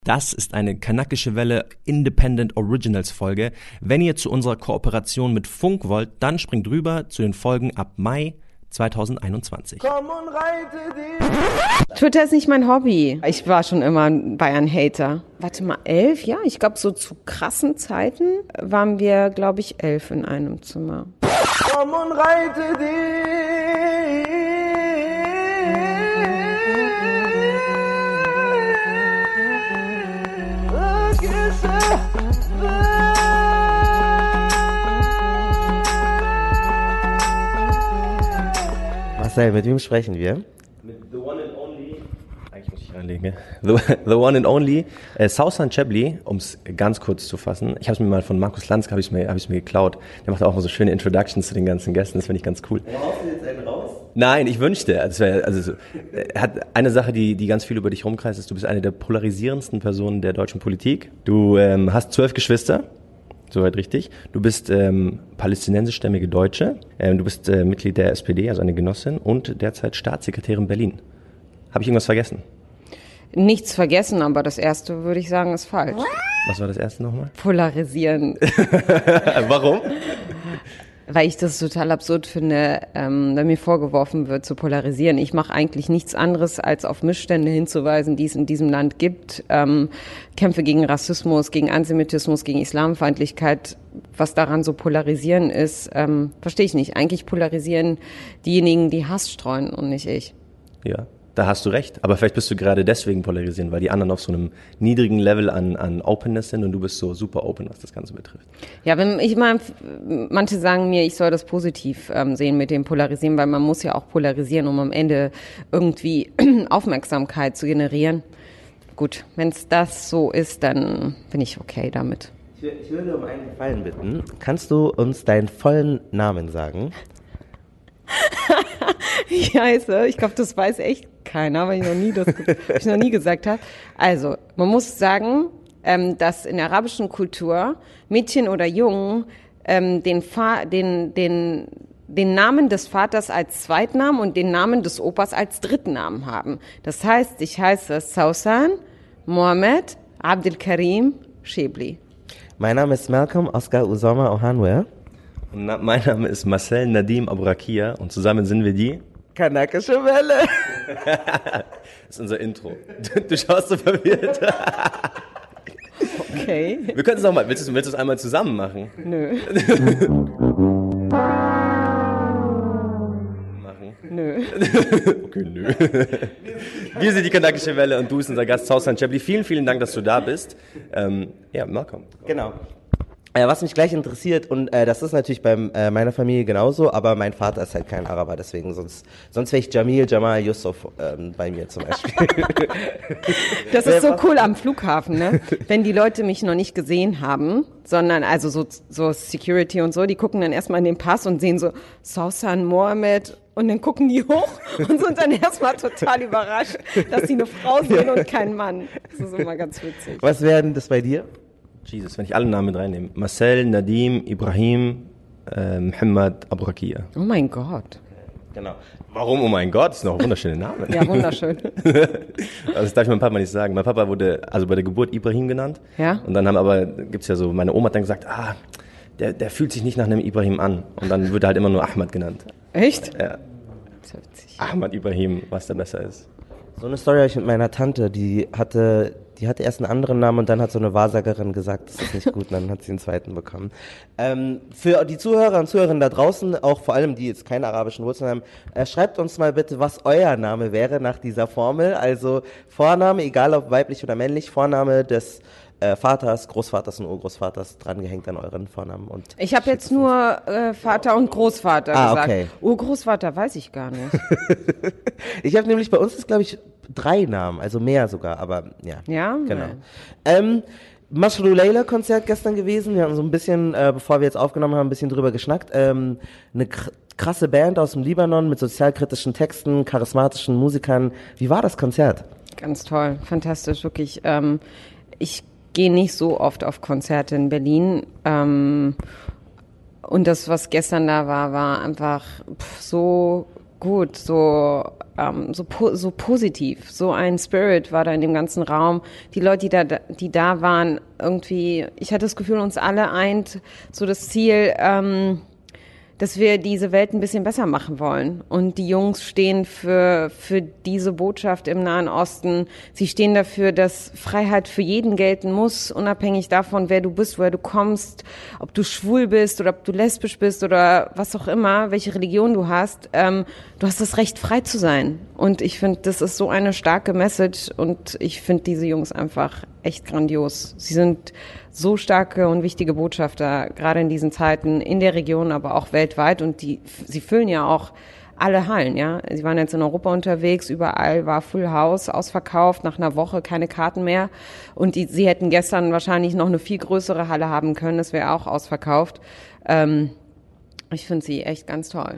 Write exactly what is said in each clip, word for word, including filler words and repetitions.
Das ist eine kanakische Welle Independent Originals Folge. Wenn ihr zu unserer Kooperation mit Funk wollt, dann springt rüber zu den Folgen ab Mai zwanzig einundzwanzig. Komm und reite dich. Twitter ist nicht mein Hobby. Ich war schon immer ein Bayern-Hater. Warte mal, elf? Ja, ich glaube, so zu krassen Zeiten waren wir, glaube ich, elf in einem Zimmer. Komm und reite dich. Marcel, mit wem sprechen wir? Mit The One and Only, eigentlich muss ich reinlegen, The, the One and Only, äh, Sausan Cebli, um es ganz kurz zu fassen. Ich habe es mir mal von Markus Lanz, habe ich es mir, hab mir geklaut. Der macht auch mal so schöne Introductions zu den ganzen Gästen, das finde ich ganz cool. Haust du jetzt einen raus? Nein, ich wünschte. Also, also er hat eine Sache, die, die ganz viel über dich rumkreist, ist, du bist eine der polarisierendsten Personen der deutschen Politik. Du ähm, hast zwölf Geschwister. Soweit richtig. Du bist ähm, palästinensischstämmige Deutsche. Ähm, du bist äh, Mitglied der S P D, also eine Genossin, und derzeit Staatssekretärin Berlin. Habe ich irgendwas vergessen? Nichts vergessen, aber das erste, würde ich sagen, ist falsch. Was war das erste nochmal? Polarisieren. Warum? Weil ich das total absurd finde, ähm, wenn mir vorgeworfen wird, zu polarisieren. Ich mache eigentlich nichts anderes, als auf Missstände hinzuweisen, die es in diesem Land gibt. Ähm, Kämpfe gegen Rassismus, gegen Antisemitismus, gegen Islamfeindlichkeit. Was daran so polarisieren ist, ähm, verstehe ich nicht. Eigentlich polarisieren diejenigen, die Hass streuen und nicht ich. Ja. Da hast du recht, aber vielleicht bist du gerade deswegen polarisieren, weil die anderen auf so einem niedrigen Level an, an Openness sind und du bist so super open, was das Ganze betrifft. Ja, wenn ich mal, manche sagen mir, ich soll das positiv ähm, sehen mit dem Polarisieren, weil man muss ja auch polarisieren, um am Ende irgendwie Aufmerksamkeit zu generieren. Gut, wenn es das so ist, dann bin ich okay damit. Ich, ich würde um einen Gefallen bitten. Kannst du uns deinen vollen Namen sagen? Ich heiße, ich glaube, das weiß echt keiner, weil ich noch nie das ich noch nie gesagt habe. Also, man muss sagen, ähm, dass in der arabischen Kultur Mädchen oder Jungen ähm, den, Fa- den, den, den Namen des Vaters als Zweitnamen und den Namen des Opas als Drittnamen haben. Das heißt, ich heiße Sausan Mohammed Abdelkarim Cebli. Mein Name ist Malcolm Oscar Usama Ohanwe. Und na, mein Name ist Marcel Nadim Aburakia und zusammen sind wir die Kanakische Welle. Das ist unser Intro. Du, du schaust so verwirrt. Okay. Wir können es nochmal. Willst du, willst du es einmal zusammen machen? Nö. machen? Nö. Okay, nö. Wir sind die Kanakische Welle und du bist unser Gast Sausan Cebli. Vielen, vielen Dank, dass du da bist. Ähm, ja, Malcolm. Genau. Äh, was mich gleich interessiert, und äh, das ist natürlich bei äh, meiner Familie genauso, aber mein Vater ist halt kein Araber, deswegen sonst sonst wäre ich Jamil, Jamal, Yusuf ähm, bei mir zum Beispiel. Das ist so cool am Flughafen, ne? Wenn die Leute mich noch nicht gesehen haben, sondern also so, so Security und so, die gucken dann erstmal in den Pass und sehen so Sausan Mohammed und dann gucken die hoch und sind dann erstmal total überrascht, dass sie eine Frau sehen und keinen Mann. Das ist immer ganz witzig. Was wäre denn das bei dir? Jesus, wenn ich alle Namen mit reinnehme. Marcel, Nadim, Ibrahim, äh, Mohammed Aburakia. Oh mein Gott. Genau. Warum? Oh mein Gott, das ist noch ein wunderschöner Name. Ja, wunderschön. Also das darf ich meinem Papa nicht sagen. Mein Papa wurde also bei der Geburt Ibrahim genannt. Ja. Und dann haben aber, gibt's ja so, meine Oma hat dann gesagt, ah, der, der fühlt sich nicht nach einem Ibrahim an. Und dann wird er halt immer nur Ahmad genannt. Echt? Ja. Das ist ja witzig. Ahmad Ibrahim, was da besser ist. So eine Story habe ich mit meiner Tante, die hatte, die hatte erst einen anderen Namen und dann hat so eine Wahrsagerin gesagt, das ist nicht gut, und dann hat sie einen zweiten bekommen. Ähm, für die Zuhörer und Zuhörerinnen da draußen, auch vor allem die jetzt keine arabischen Wurzeln haben, äh, schreibt uns mal bitte, was euer Name wäre nach dieser Formel. Also Vorname, egal ob weiblich oder männlich, Vorname des äh, Vaters, Großvaters und Urgroßvaters drangehängt an euren Vornamen. Und Ich habe jetzt nur äh, Vater und Großvater ah, gesagt. Okay. Urgroßvater weiß ich gar nicht. Ich habe nämlich, bei uns ist glaube ich drei Namen, also mehr sogar, aber ja. Ja? Genau. Nein. Ähm, Mashrou Leila Konzert gestern gewesen. Wir haben so ein bisschen, äh, bevor wir jetzt aufgenommen haben, ein bisschen drüber geschnackt. Ähm, eine kr- krasse Band aus dem Libanon mit sozialkritischen Texten, charismatischen Musikern. Wie war das Konzert? Ganz toll, fantastisch, wirklich. Ähm, ich gehe nicht so oft auf Konzerte in Berlin. Ähm, und das, was gestern da war, war einfach pff, so gut, so ähm, so, po- so positiv, so ein Spirit war da in dem ganzen Raum. Die Leute, die da, die da waren, irgendwie, ich hatte das Gefühl, uns alle eint so das Ziel, ähm, dass wir diese Welt ein bisschen besser machen wollen. Und die Jungs stehen für, für diese Botschaft im Nahen Osten. Sie stehen dafür, dass Freiheit für jeden gelten muss, unabhängig davon, wer du bist, woher du kommst, ob du schwul bist oder ob du lesbisch bist oder was auch immer, welche Religion du hast. Ähm, du hast das Recht, frei zu sein. Und ich finde, das ist so eine starke Message und ich finde diese Jungs einfach echt grandios. Sie sind so starke und wichtige Botschafter, gerade in diesen Zeiten, in der Region, aber auch weltweit. Und die, sie füllen ja auch alle Hallen, ja. Sie waren jetzt in Europa unterwegs, überall war Full House, ausverkauft, nach einer Woche keine Karten mehr. Und die, sie hätten gestern wahrscheinlich noch eine viel größere Halle haben können, das wäre auch ausverkauft. Ähm, ich finde sie echt ganz toll.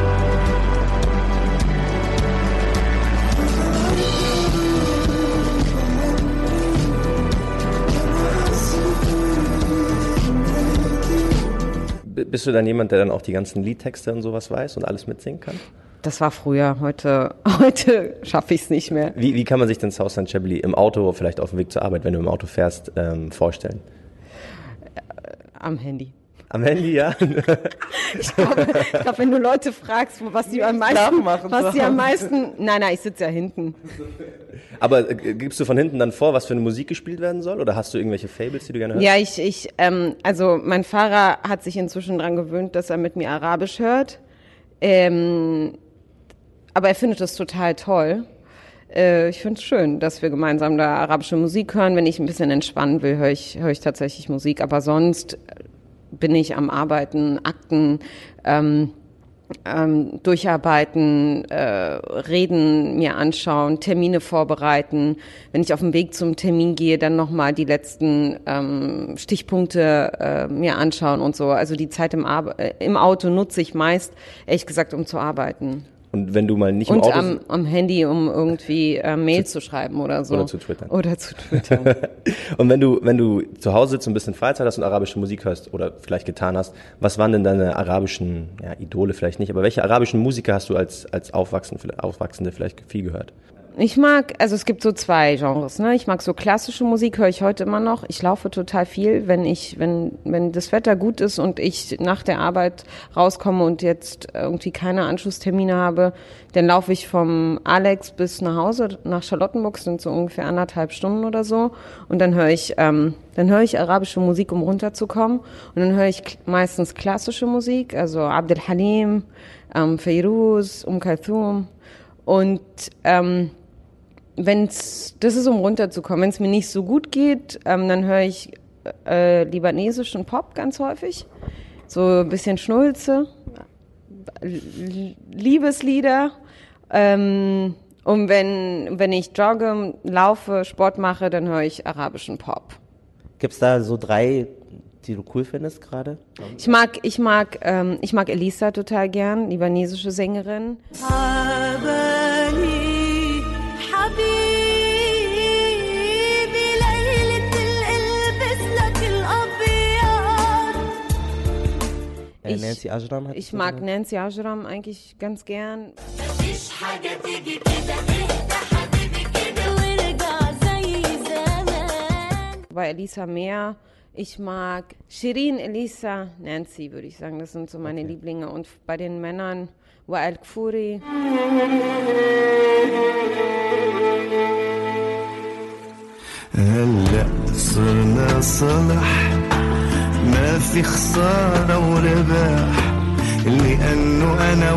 Bist du dann jemand, der dann auch die ganzen Liedtexte und sowas weiß und alles mitsingen kann? Das war früher, heute, heute schaffe ich es nicht mehr. Wie, wie kann man sich denn Southside Chablis im Auto, vielleicht auf dem Weg zur Arbeit, wenn du im Auto fährst, ähm, vorstellen? Am Handy. Am Handy, ja? Ich glaube, ich glaub, wenn du Leute fragst, was die am meisten, was die am meisten, nein, nein, ich sitze ja hinten. Aber äh, gibst du von hinten dann vor, was für eine Musik gespielt werden soll? Oder hast du irgendwelche Fables, die du gerne hörst? Ja, ich, ich, ähm, also mein Fahrer hat sich inzwischen dran gewöhnt, dass er mit mir Arabisch hört. Ähm, aber er findet das total toll. Äh, ich finde es schön, dass wir gemeinsam da arabische Musik hören. Wenn ich ein bisschen entspannen will, höre ich, höre ich tatsächlich Musik. Aber sonst bin ich am Arbeiten, Akten, ähm, ähm, durcharbeiten, äh, reden, mir anschauen, Termine vorbereiten. Wenn ich auf dem Weg zum Termin gehe, dann nochmal die letzten ähm, Stichpunkte äh, mir anschauen und so. Also die Zeit im, Ar- äh, im Auto nutze ich meist, ehrlich gesagt, um zu arbeiten. Und wenn du mal nicht im Und Auto... am, am Handy, um irgendwie äh, Mail zu, zu schreiben oder so. Oder zu twittern. Oder zu twittern. Und wenn du, wenn du zu Hause sitzt und ein bisschen Freizeit hast und arabische Musik hörst oder vielleicht getan hast, was waren denn deine arabischen, ja, Idole vielleicht nicht, aber welche arabischen Musiker hast du als, als Aufwachsende, Aufwachsende vielleicht viel gehört? Ich mag, also es gibt so zwei Genres, ne? Ich mag so klassische Musik, höre ich heute immer noch. Ich laufe total viel, wenn ich, wenn, wenn das Wetter gut ist und ich nach der Arbeit rauskomme und jetzt irgendwie keine Anschlusstermine habe, dann laufe ich vom Alex bis nach Hause, nach Charlottenburg, sind so ungefähr anderthalb Stunden oder so. Und dann höre ich, ähm, dann höre ich arabische Musik, um runterzukommen. Und dann höre ich meistens klassische Musik, also Abdel Halim, ähm, Feiruz, Um Kulthum. Und, ähm, Wenn's, das ist, um runterzukommen. Wenn es mir nicht so gut geht, ähm, dann höre ich äh, libanesischen Pop ganz häufig. So ein bisschen Schnulze, Liebeslieder. Ähm, und wenn, wenn ich jogge, laufe, Sport mache, dann höre ich arabischen Pop. Gibt's da so drei, die du cool findest gerade? Ich mag, ich mag, ähm, ich mag Elisa total gern, libanesische Sängerin. Ich, Nancy Ajram hat ich mag oder? Nancy Ajram eigentlich ganz gern. Bei Elisa mehr. Ich mag Shirin, Elisa, Nancy, würde ich sagen. Das sind so meine okay. Lieblinge. Und bei den Männern Wael Kfouri. هلا صرنا صلح ما في خسارة ورباح لأنه أنا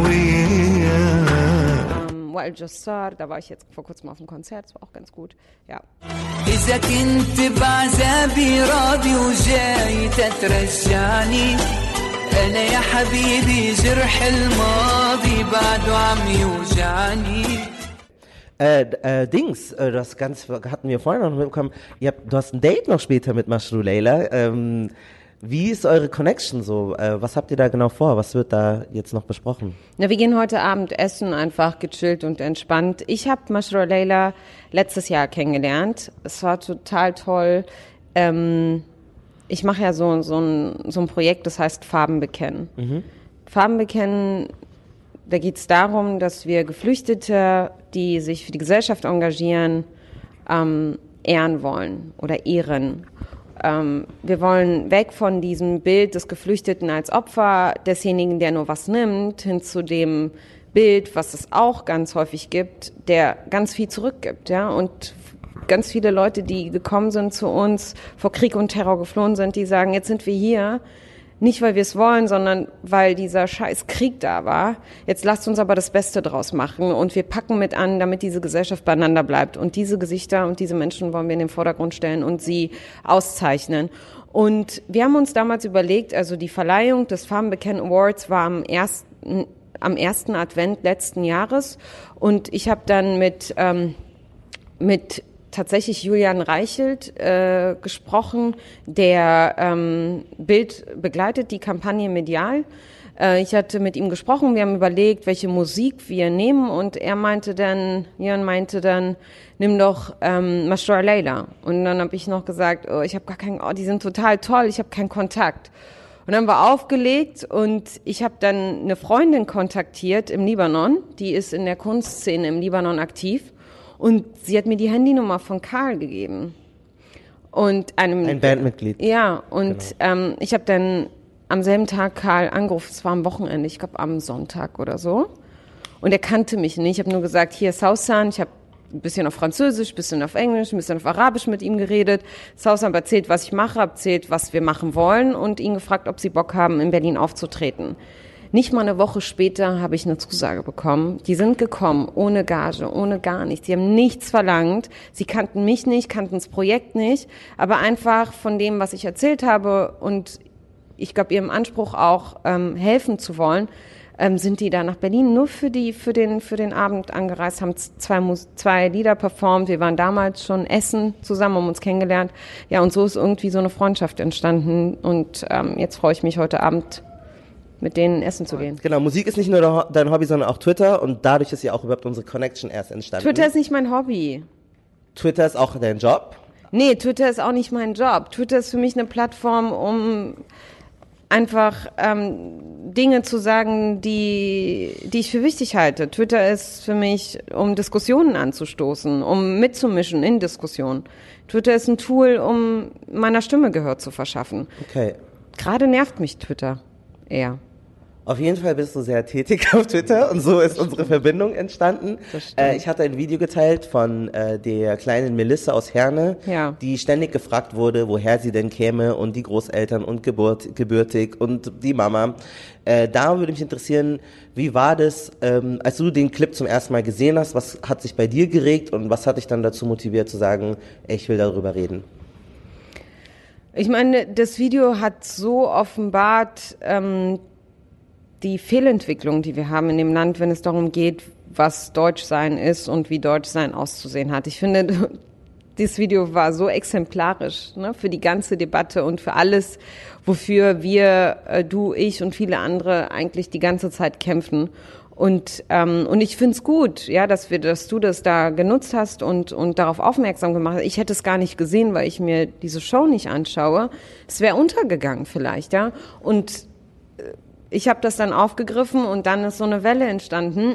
وياه. Wael Jassar, da war ich jetzt vor kurzem auf dem Konzert, das war auch ganz gut. Ja. إذا كنت بعذابي راضي وجاي تترجعني أنا يا حبيبي جرح الماضي بعده عم يوجعني. Äh, äh, Dings, äh, das ganz hatten wir vorhin noch mitbekommen. Ihr habt, du hast ein Date noch später mit Mashrou Leila. Ähm, wie ist eure Connection so? Äh, was habt ihr da genau vor? Was wird da jetzt noch besprochen? Na, wir gehen heute Abend essen, einfach gechillt und entspannt. Ich habe Mashrou Leila letztes Jahr kennengelernt. Es war total toll. Ähm, ich mache ja so, so, ein, so ein Projekt, das heißt Farben bekennen. Mhm. Farben bekennen Da geht es darum, dass wir Geflüchtete, die sich für die Gesellschaft engagieren, ähm, ehren wollen oder ehren. Ähm, wir wollen weg von diesem Bild des Geflüchteten als Opfer, desjenigen, der nur was nimmt, hin zu dem Bild, was es auch ganz häufig gibt, der ganz viel zurückgibt, ja, und ganz viele Leute, die gekommen sind zu uns, vor Krieg und Terror geflohen sind, die sagen, jetzt sind wir hier, nicht, weil wir es wollen, sondern weil dieser scheiß Krieg da war. Jetzt lasst uns aber das Beste draus machen und wir packen mit an, damit diese Gesellschaft beieinander bleibt. Und diese Gesichter und diese Menschen wollen wir in den Vordergrund stellen und sie auszeichnen. Und wir haben uns damals überlegt, also die Verleihung des Farbenbekennen Awards war am ersten, am ersten Advent letzten Jahres. Und ich habe dann mit, ähm, mit tatsächlich Julian Reichelt äh, gesprochen, der ähm, Bild begleitet die Kampagne medial. Äh, ich hatte mit ihm gesprochen, wir haben überlegt, welche Musik wir nehmen und er meinte dann, Julian meinte dann, nimm doch ähm, Mashrour Leila. Und dann habe ich noch gesagt, oh, ich habe gar keinen, oh, die sind total toll, ich habe keinen Kontakt. Und dann haben wir aufgelegt und ich habe dann eine Freundin kontaktiert im Libanon, die ist in der Kunstszene im Libanon aktiv. Und sie hat mir die Handynummer von Karl gegeben. Und einem, ein Bandmitglied. Ja, und genau. ähm, ich habe dann am selben Tag Karl angerufen, es war am Wochenende, ich glaube am Sonntag oder so. Und er kannte mich nicht. Ich habe nur gesagt, hier Sausan, ich habe ein bisschen auf Französisch, ein bisschen auf Englisch, ein bisschen auf Arabisch mit ihm geredet. Sausan hat erzählt, was ich mache, erzählt, was wir machen wollen und ihn gefragt, ob sie Bock haben, in Berlin aufzutreten. Nicht mal eine Woche später habe ich eine Zusage bekommen. Die sind gekommen, ohne Gage, ohne gar nichts. Sie haben nichts verlangt. Sie kannten mich nicht, kannten das Projekt nicht. Aber einfach von dem, was ich erzählt habe und ich glaube, ihrem Anspruch auch ähm, helfen zu wollen, ähm, sind die da nach Berlin nur für die für den für den Abend angereist, haben zwei, Mus- zwei Lieder performt. Wir waren damals schon essen zusammen, haben uns kennengelernt. Ja, und so ist irgendwie so eine Freundschaft entstanden. Und ähm, jetzt freue ich mich heute Abend, mit denen essen zu gehen. Genau, Musik ist nicht nur dein Hobby, sondern auch Twitter und dadurch ist ja auch überhaupt unsere Connection erst entstanden. Twitter ist nicht mein Hobby. Twitter ist auch dein Job? Nee, Twitter ist auch nicht mein Job. Twitter ist für mich eine Plattform, um einfach ähm, Dinge zu sagen, die, die ich für wichtig halte. Twitter ist für mich, um Diskussionen anzustoßen, um mitzumischen in Diskussionen. Twitter ist ein Tool, um meiner Stimme Gehör zu verschaffen. Okay. Gerade nervt mich Twitter eher. Auf jeden Fall bist du sehr tätig auf Twitter und so ist unsere Verbindung entstanden. Äh, ich hatte ein Video geteilt von äh, der kleinen Melissa aus Herne, ja. die ständig gefragt wurde, woher sie denn käme und die Großeltern und geburt, gebürtig und die Mama. Äh, da würde mich interessieren, wie war das, ähm, als du den Clip zum ersten Mal gesehen hast, was hat sich bei dir geregt und was hat dich dann dazu motiviert zu sagen, ey, ich will darüber reden? Ich meine, das Video hat so offenbart, ähm, die Fehlentwicklung, die wir haben in dem Land, wenn es darum geht, was Deutschsein ist und wie Deutschsein auszusehen hat. Ich finde, dieses Video war so exemplarisch, ne, für die ganze Debatte und für alles, wofür wir, äh, du, ich und viele andere eigentlich die ganze Zeit kämpfen. Und ähm, und ich find's gut, ja, dass wir, dass du das da genutzt hast und und darauf aufmerksam gemacht hast. Ich hätte es gar nicht gesehen, weil ich mir diese Show nicht anschaue. Es wäre untergegangen vielleicht, ja. Und ich habe das dann aufgegriffen und dann ist so eine Welle entstanden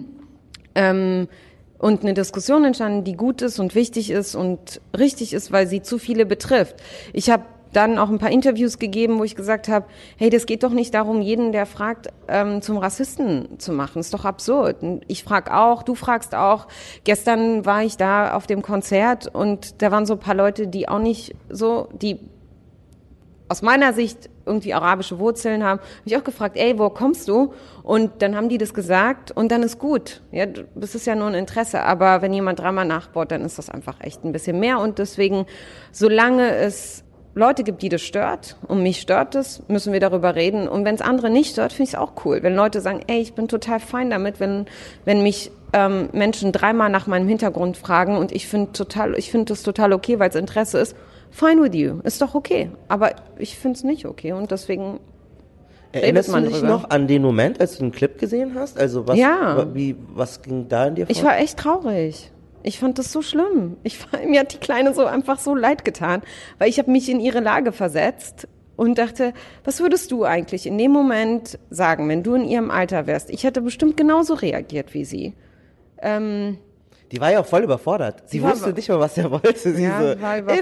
ähm, und eine Diskussion entstanden, die gut ist und wichtig ist und richtig ist, weil sie zu viele betrifft. Ich habe dann auch ein paar Interviews gegeben, wo ich gesagt habe, hey, das geht doch nicht darum, jeden, der fragt, ähm, zum Rassisten zu machen. Ist doch absurd. Und ich frage auch, du fragst auch. Gestern war ich da auf dem Konzert und da waren so ein paar Leute, die auch nicht so, die aus meiner Sicht irgendwie arabische Wurzeln haben, habe ich auch gefragt, ey, wo kommst du? Und dann haben die das gesagt und dann ist gut. Ja, das ist ja nur ein Interesse, aber wenn jemand dreimal nachbaut, dann ist das einfach echt ein bisschen mehr und deswegen, solange es Leute gibt, die das stört und mich stört das, müssen wir darüber reden und wenn es andere nicht stört, finde ich es auch cool. Wenn Leute sagen, ey, ich bin total fein damit, wenn wenn mich ähm, Menschen dreimal nach meinem Hintergrund fragen und ich finde total, ich finde das total okay, weil es Interesse ist, fine with you, ist doch okay. Aber ich finde es nicht okay und deswegen Erinnerst redet man du dich drüber. noch an den Moment, als du den Clip gesehen hast? Also was, Ja. wie, was ging da in dir vor? Ich war echt traurig. Ich fand das so schlimm. Ich, mir hat die Kleine so einfach so leid getan, weil ich habe mich in ihre Lage versetzt und dachte, was würdest du eigentlich in dem Moment sagen, wenn du in ihrem Alter wärst? Ich hätte bestimmt genauso reagiert wie sie. Ähm, Die war ja auch voll überfordert. Sie war wusste über- nicht mal, was er wollte. Sie Ja, so, sie war über- in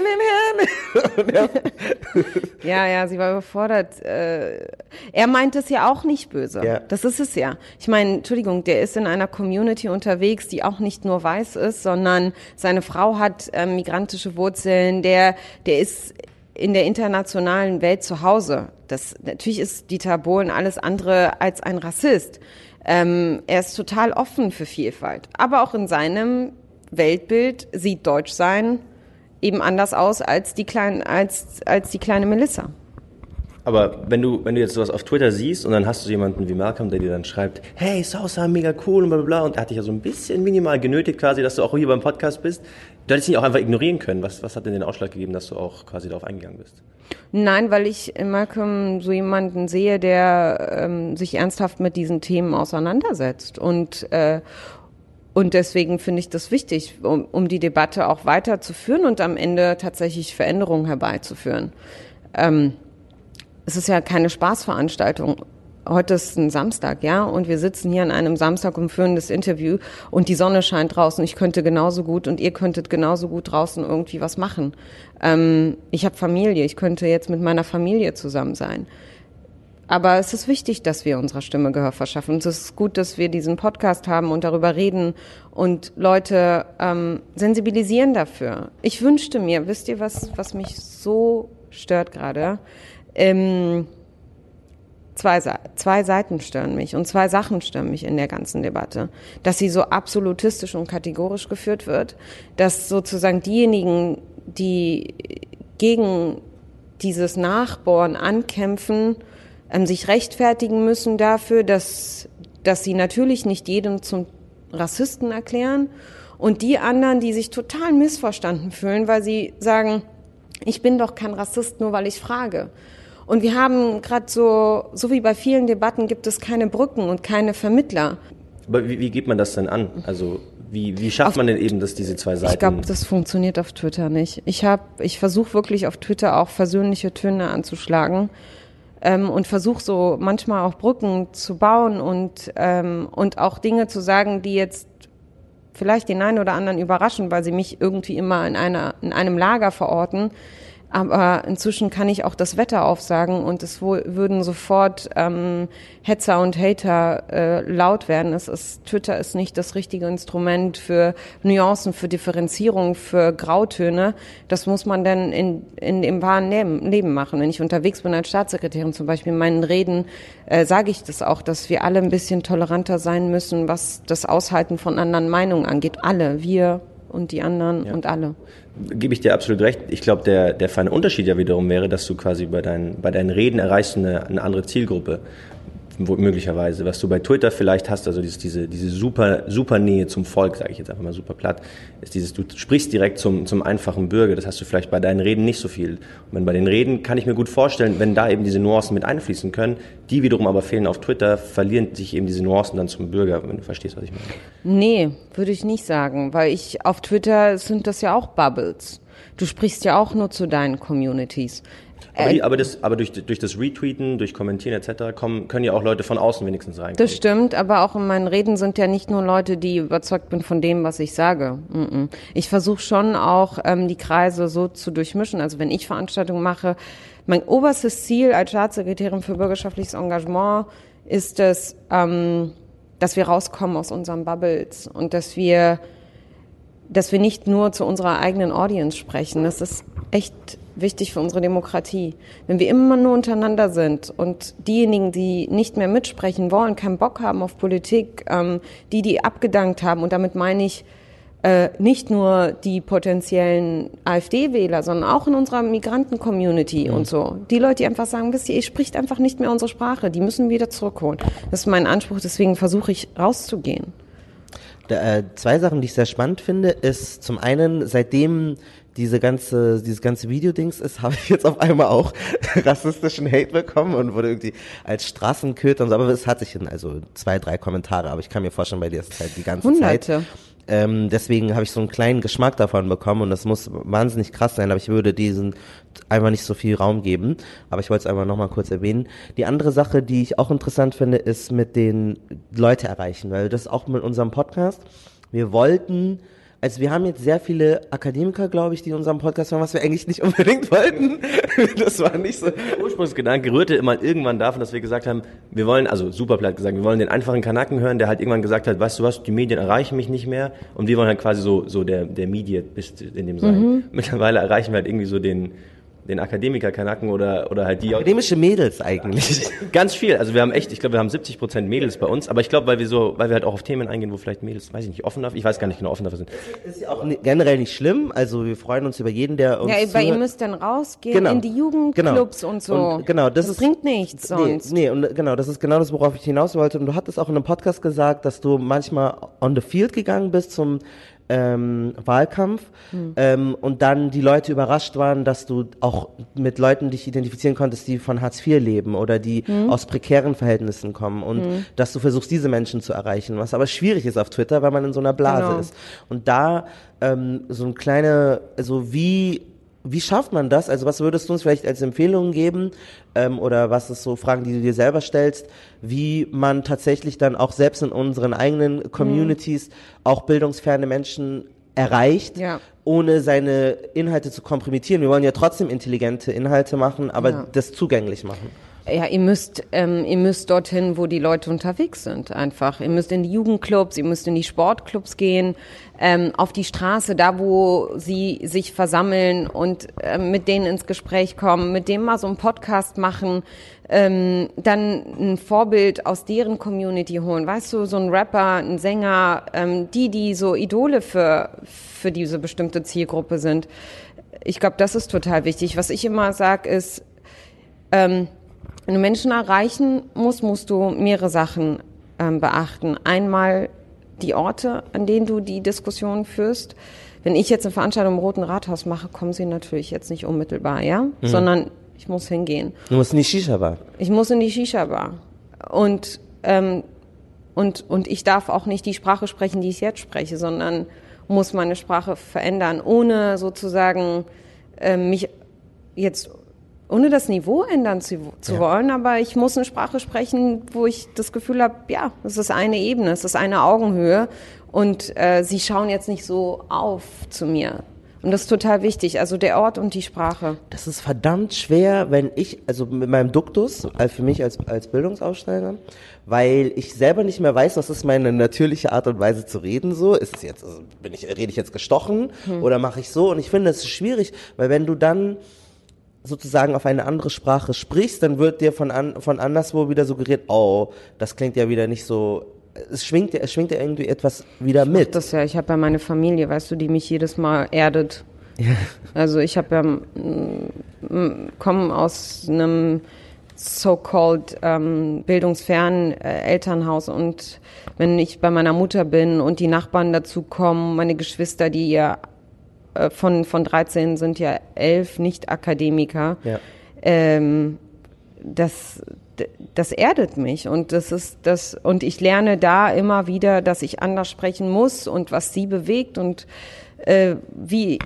den Herrn. Ja, ja, sie war überfordert. Äh, er meint es ja auch nicht böse. Ja. Das ist es ja. Ich meine, Entschuldigung, der ist in einer Community unterwegs, die auch nicht nur weiß ist, sondern seine Frau hat äh, migrantische Wurzeln. Der, der ist in der internationalen Welt zu Hause. Das, natürlich ist Dieter Bohlen alles andere als ein Rassist. Ähm, er ist total offen für Vielfalt. Aber auch in seinem Weltbild sieht Deutschsein eben anders aus als die kleine, als, als die kleine Melissa. Aber wenn du, wenn du jetzt sowas auf Twitter siehst und dann hast du jemanden wie Malcolm, der dir dann schreibt, hey, Sousa, mega cool und bla bla bla, und er hat dich ja so ein bisschen minimal genötigt quasi, dass du auch hier beim Podcast bist. Du hättest ihn auch einfach ignorieren können. Was, was hat denn den Ausschlag gegeben, dass du auch quasi darauf eingegangen bist? Nein, weil ich in Malcolm so jemanden sehe, der ähm, sich ernsthaft mit diesen Themen auseinandersetzt. Und, äh, und deswegen finde ich das wichtig, um, um die Debatte auch weiterzuführen und am Ende tatsächlich Veränderungen herbeizuführen. Ähm, es ist ja keine Spaßveranstaltung. Heute ist ein Samstag, ja, und wir sitzen hier an einem Samstag und führen das Interview und die Sonne scheint draußen. Ich könnte genauso gut und ihr könntet genauso gut draußen irgendwie was machen. Ähm, ich habe Familie, ich könnte jetzt mit meiner Familie zusammen sein. Aber es ist wichtig, dass wir unserer Stimme Gehör verschaffen. Und es ist gut, dass wir diesen Podcast haben und darüber reden und Leute ähm, sensibilisieren dafür. Ich wünschte mir, wisst ihr, was, was mich so stört gerade? Ähm, Zwei, zwei Seiten stören mich und zwei Sachen stören mich in der ganzen Debatte. Dass sie so absolutistisch und kategorisch geführt wird, dass sozusagen diejenigen, die gegen dieses Nachbohren ankämpfen, ähm, sich rechtfertigen müssen dafür, dass, dass sie natürlich nicht jedem zum Rassisten erklären, und die anderen, die sich total missverstanden fühlen, weil sie sagen, ich bin doch kein Rassist, nur weil ich frage. Und wir haben gerade so, so wie bei vielen Debatten gibt es keine Brücken und keine Vermittler. Aber wie, wie geht man das denn an? Also wie, wie schafft Auf, man denn eben, dass diese zwei Seiten... Ich glaube, das funktioniert auf Twitter nicht. Ich habe, ich versuche wirklich auf Twitter auch versöhnliche Töne anzuschlagen ähm, und versuche so manchmal auch Brücken zu bauen und ähm, und auch Dinge zu sagen, die jetzt vielleicht den einen oder anderen überraschen, weil sie mich irgendwie immer in einer in einem Lager verorten. Aber inzwischen kann ich auch das Wetter aufsagen und es wohl, würden sofort ähm, Hetzer und Hater äh, laut werden. Es ist, Twitter ist nicht das richtige Instrument für Nuancen, für Differenzierung, für Grautöne. Das muss man dann in, in dem wahren Leben, Leben machen. Wenn ich unterwegs bin als Staatssekretärin zum Beispiel in meinen Reden, äh, sage ich das auch, dass wir alle ein bisschen toleranter sein müssen, was das Aushalten von anderen Meinungen angeht. Alle, wir und die anderen Ja. und alle. Gebe ich dir absolut recht. Ich glaube, der, der feine Unterschied ja wiederum wäre, dass du quasi bei deinen, bei deinen Reden erreichst eine, eine andere Zielgruppe, wo, möglicherweise. Was du bei Twitter vielleicht hast, also dieses, diese, diese super, super Nähe zum Volk, sage ich jetzt einfach mal super platt, ist dieses, du sprichst direkt zum, zum einfachen Bürger. Das hast du vielleicht bei deinen Reden nicht so viel. Und wenn bei den Reden kann ich mir gut vorstellen, wenn da eben diese Nuancen mit einfließen können, die wiederum aber fehlen auf Twitter, verlieren sich eben diese Nuancen dann zum Bürger, wenn du verstehst, was ich meine. Nee, würde ich nicht sagen, weil ich auf Twitter sind das ja auch Bubbles. Du sprichst ja auch nur zu deinen Communities. Aber, Äh, die, aber, das, aber durch, durch das Retweeten, durch Kommentieren et cetera kommen, können ja auch Leute von außen wenigstens reinkommen. Das stimmt, aber auch in meinen Reden sind ja nicht nur Leute, die überzeugt bin von dem, was ich sage. Mm-mm. Ich versuche schon auch, ähm, die Kreise so zu durchmischen. Also wenn ich Veranstaltungen mache, mein oberstes Ziel als Staatssekretärin für bürgerschaftliches Engagement ist es, ähm, dass wir rauskommen aus unseren Bubbles und dass wir, dass wir nicht nur zu unserer eigenen Audience sprechen. Das ist echt wichtig für unsere Demokratie. Wenn wir immer nur untereinander sind und diejenigen, die nicht mehr mitsprechen wollen, keinen Bock haben auf Politik, ähm, die, die abgedankt haben, und damit meine ich äh, nicht nur die potenziellen AfD-Wähler, sondern auch in unserer Migranten-Community mhm. und so. Die Leute, die einfach sagen, wisst ihr, ihr spricht einfach nicht mehr unsere Sprache, die müssen wir wieder zurückholen. Das ist mein Anspruch, deswegen versuche ich rauszugehen. Da, äh, zwei Sachen, die ich sehr spannend finde, ist zum einen, seitdem diese ganze, dieses ganze Videodings ist, habe ich jetzt auf einmal auch rassistischen Hate bekommen und wurde irgendwie als Straßenköter und so, aber es hat sich in, also zwei, drei Kommentare, aber ich kann mir vorstellen, bei dir ist es halt die ganze Hunderte. Zeit. Ähm, deswegen habe ich so einen kleinen Geschmack davon bekommen und das muss wahnsinnig krass sein, aber ich würde diesen einfach nicht so viel Raum geben. Aber ich wollte es einfach nochmal kurz erwähnen. Die andere Sache, die ich auch interessant finde, ist mit den Leute erreichen, weil das auch mit unserem Podcast, wir wollten, also wir haben jetzt sehr viele Akademiker, glaube ich, die in unserem Podcast hören, was wir eigentlich nicht unbedingt wollten. Das war nicht so. Der Ursprungsgedanke rührte immer irgendwann davon, dass wir gesagt haben, wir wollen, also super platt gesagt, wir wollen den einfachen Kanaken hören, der halt irgendwann gesagt hat, weißt du was, die Medien erreichen mich nicht mehr und wir wollen halt quasi so, so der, der Mediat-Bist in dem sein. Mhm. Mittlerweile erreichen wir halt irgendwie so den, den Akademiker-Kanaken oder, oder halt die... Akademische Mädels eigentlich. Ganz viel. Also wir haben echt, ich glaube, wir haben siebzig Prozent Mädels bei uns, aber ich glaube, weil wir so, weil wir halt auch auf Themen eingehen, wo vielleicht Mädels, weiß ich nicht, offen dafür, ich weiß gar nicht genau, offen dafür sind. Das ist ja auch generell nicht schlimm, also wir freuen uns über jeden, der uns Ja, zuhört. weil ihr müsst dann rausgehen genau. in die Jugendclubs genau. und so. Und genau, das, das ist, bringt nichts sonst. Nee, nee, und genau, das ist genau das, worauf ich hinaus wollte. Und du hattest auch in einem Podcast gesagt, dass du manchmal on the field gegangen bist zum Ähm, Wahlkampf hm. ähm, und dann die Leute überrascht waren, dass du auch mit Leuten dich identifizieren konntest, die von Hartz vier leben oder die hm. aus prekären Verhältnissen kommen und hm. dass du versuchst, diese Menschen zu erreichen, was aber schwierig ist auf Twitter, weil man in so einer Blase genau. ist. Und da ähm, so ein kleine, also wie Wie schafft man das? Also was würdest du uns vielleicht als Empfehlungen geben ähm, oder was ist so Fragen, die du dir selber stellst, wie man tatsächlich dann auch selbst in unseren eigenen Communities mhm. auch bildungsferne Menschen erreicht, ja. ohne seine Inhalte zu kompromittieren. Wir wollen ja trotzdem intelligente Inhalte machen, aber ja. das zugänglich machen. Ja, ihr müsst, ähm, ihr müsst dorthin, wo die Leute unterwegs sind, einfach. Ihr müsst in die Jugendclubs, ihr müsst in die Sportclubs gehen, ähm, auf die Straße, da wo sie sich versammeln und äh, mit denen ins Gespräch kommen, mit denen mal so einen Podcast machen, ähm, dann ein Vorbild aus deren Community holen. Weißt du, so ein Rapper, ein Sänger, ähm, die, die so Idole für, für diese bestimmte Zielgruppe sind. Ich glaube, das ist total wichtig. Was ich immer sage, ist, ähm, wenn du Menschen erreichen musst, musst du mehrere Sachen ähm, beachten. Einmal die Orte, an denen du die Diskussion führst. Wenn ich jetzt eine Veranstaltung im Roten Rathaus mache, kommen sie natürlich jetzt nicht unmittelbar, ja, mhm. sondern ich muss hingehen. Du musst in die Shisha-Bar. Ich muss in die Shisha-Bar. Und, ähm, und, und ich darf auch nicht die Sprache sprechen, die ich jetzt spreche, sondern muss meine Sprache verändern, ohne sozusagen äh, mich jetzt ohne das Niveau ändern zu, zu ja. wollen, aber ich muss eine Sprache sprechen, wo ich das Gefühl habe, ja, es ist eine Ebene, es ist eine Augenhöhe und äh, sie schauen jetzt nicht so auf zu mir. Und das ist total wichtig, also der Ort und die Sprache. Das ist verdammt schwer, wenn ich, also mit meinem Duktus, also für mich als, als Bildungsaufsteiger, weil ich selber nicht mehr weiß, was ist meine natürliche Art und Weise zu reden, so, ist es jetzt, also bin ich, rede ich jetzt gestochen hm. oder mache ich so? Und ich finde, es ist schwierig, weil wenn du dann sozusagen auf eine andere Sprache sprichst, dann wird dir von an, von anderswo wieder suggeriert, oh, das klingt ja wieder nicht so, es schwingt ja, es schwingt ja irgendwie etwas wieder ich mit. Das ja, ich habe ja meine Familie, weißt du, die mich jedes Mal erdet. Ja. Also ich habe ja, m, komme aus einem so-called ähm, bildungsfernen äh, Elternhaus und wenn ich bei meiner Mutter bin und die Nachbarn dazu kommen, meine Geschwister, die ja Von, von dreizehn sind ja elf Nicht-Akademiker. Ja. Ähm, das, das erdet mich und das ist das, und ich lerne da immer wieder, dass ich anders sprechen muss und was sie bewegt und äh, wie,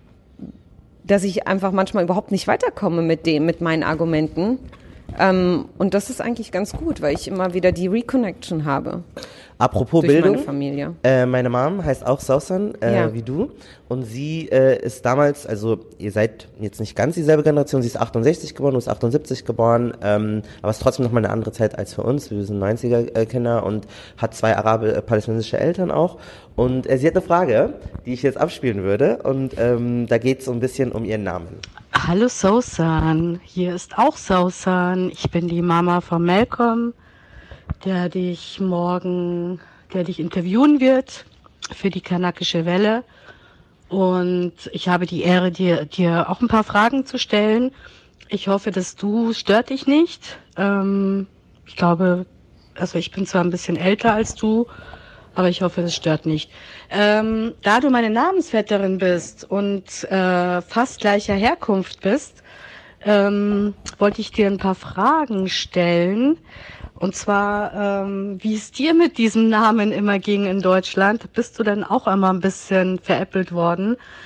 dass ich einfach manchmal überhaupt nicht weiterkomme mit dem, mit meinen Argumenten. Ähm, und das ist eigentlich ganz gut, weil ich immer wieder die Reconnection habe. Apropos Durch Bildung, meine Familie. Äh, meine Mom heißt auch Sausan, äh, ja. wie du, und sie äh, ist damals, also ihr seid jetzt nicht ganz dieselbe Generation, sie ist achtundsechzig geboren, du bist achtundsiebzig geboren, ähm, aber es ist trotzdem noch mal eine andere Zeit als für uns, wir sind neunziger-Kinder und hat zwei arabisch-palästinensische Eltern auch und äh, sie hat eine Frage, die ich jetzt abspielen würde und ähm, da geht es so ein bisschen um ihren Namen. Hallo Sausan, hier ist auch Sausan, ich bin die Mama von Malcolm, der dich morgen, der dich interviewen wird für die Kanakische Welle. Und ich habe die Ehre, dir, dir auch ein paar Fragen zu stellen. Ich hoffe, dass du, stört dich nicht. Ähm, ich glaube, also ich bin zwar ein bisschen älter als du, aber ich hoffe, das stört nicht. Ähm, da du meine Namensvetterin bist und äh, fast gleicher Herkunft bist, ähm, wollte ich dir ein paar Fragen stellen. Und zwar, ähm, wie es dir mit diesem Namen immer ging in Deutschland. Bist du dann auch immer ein bisschen veräppelt worden?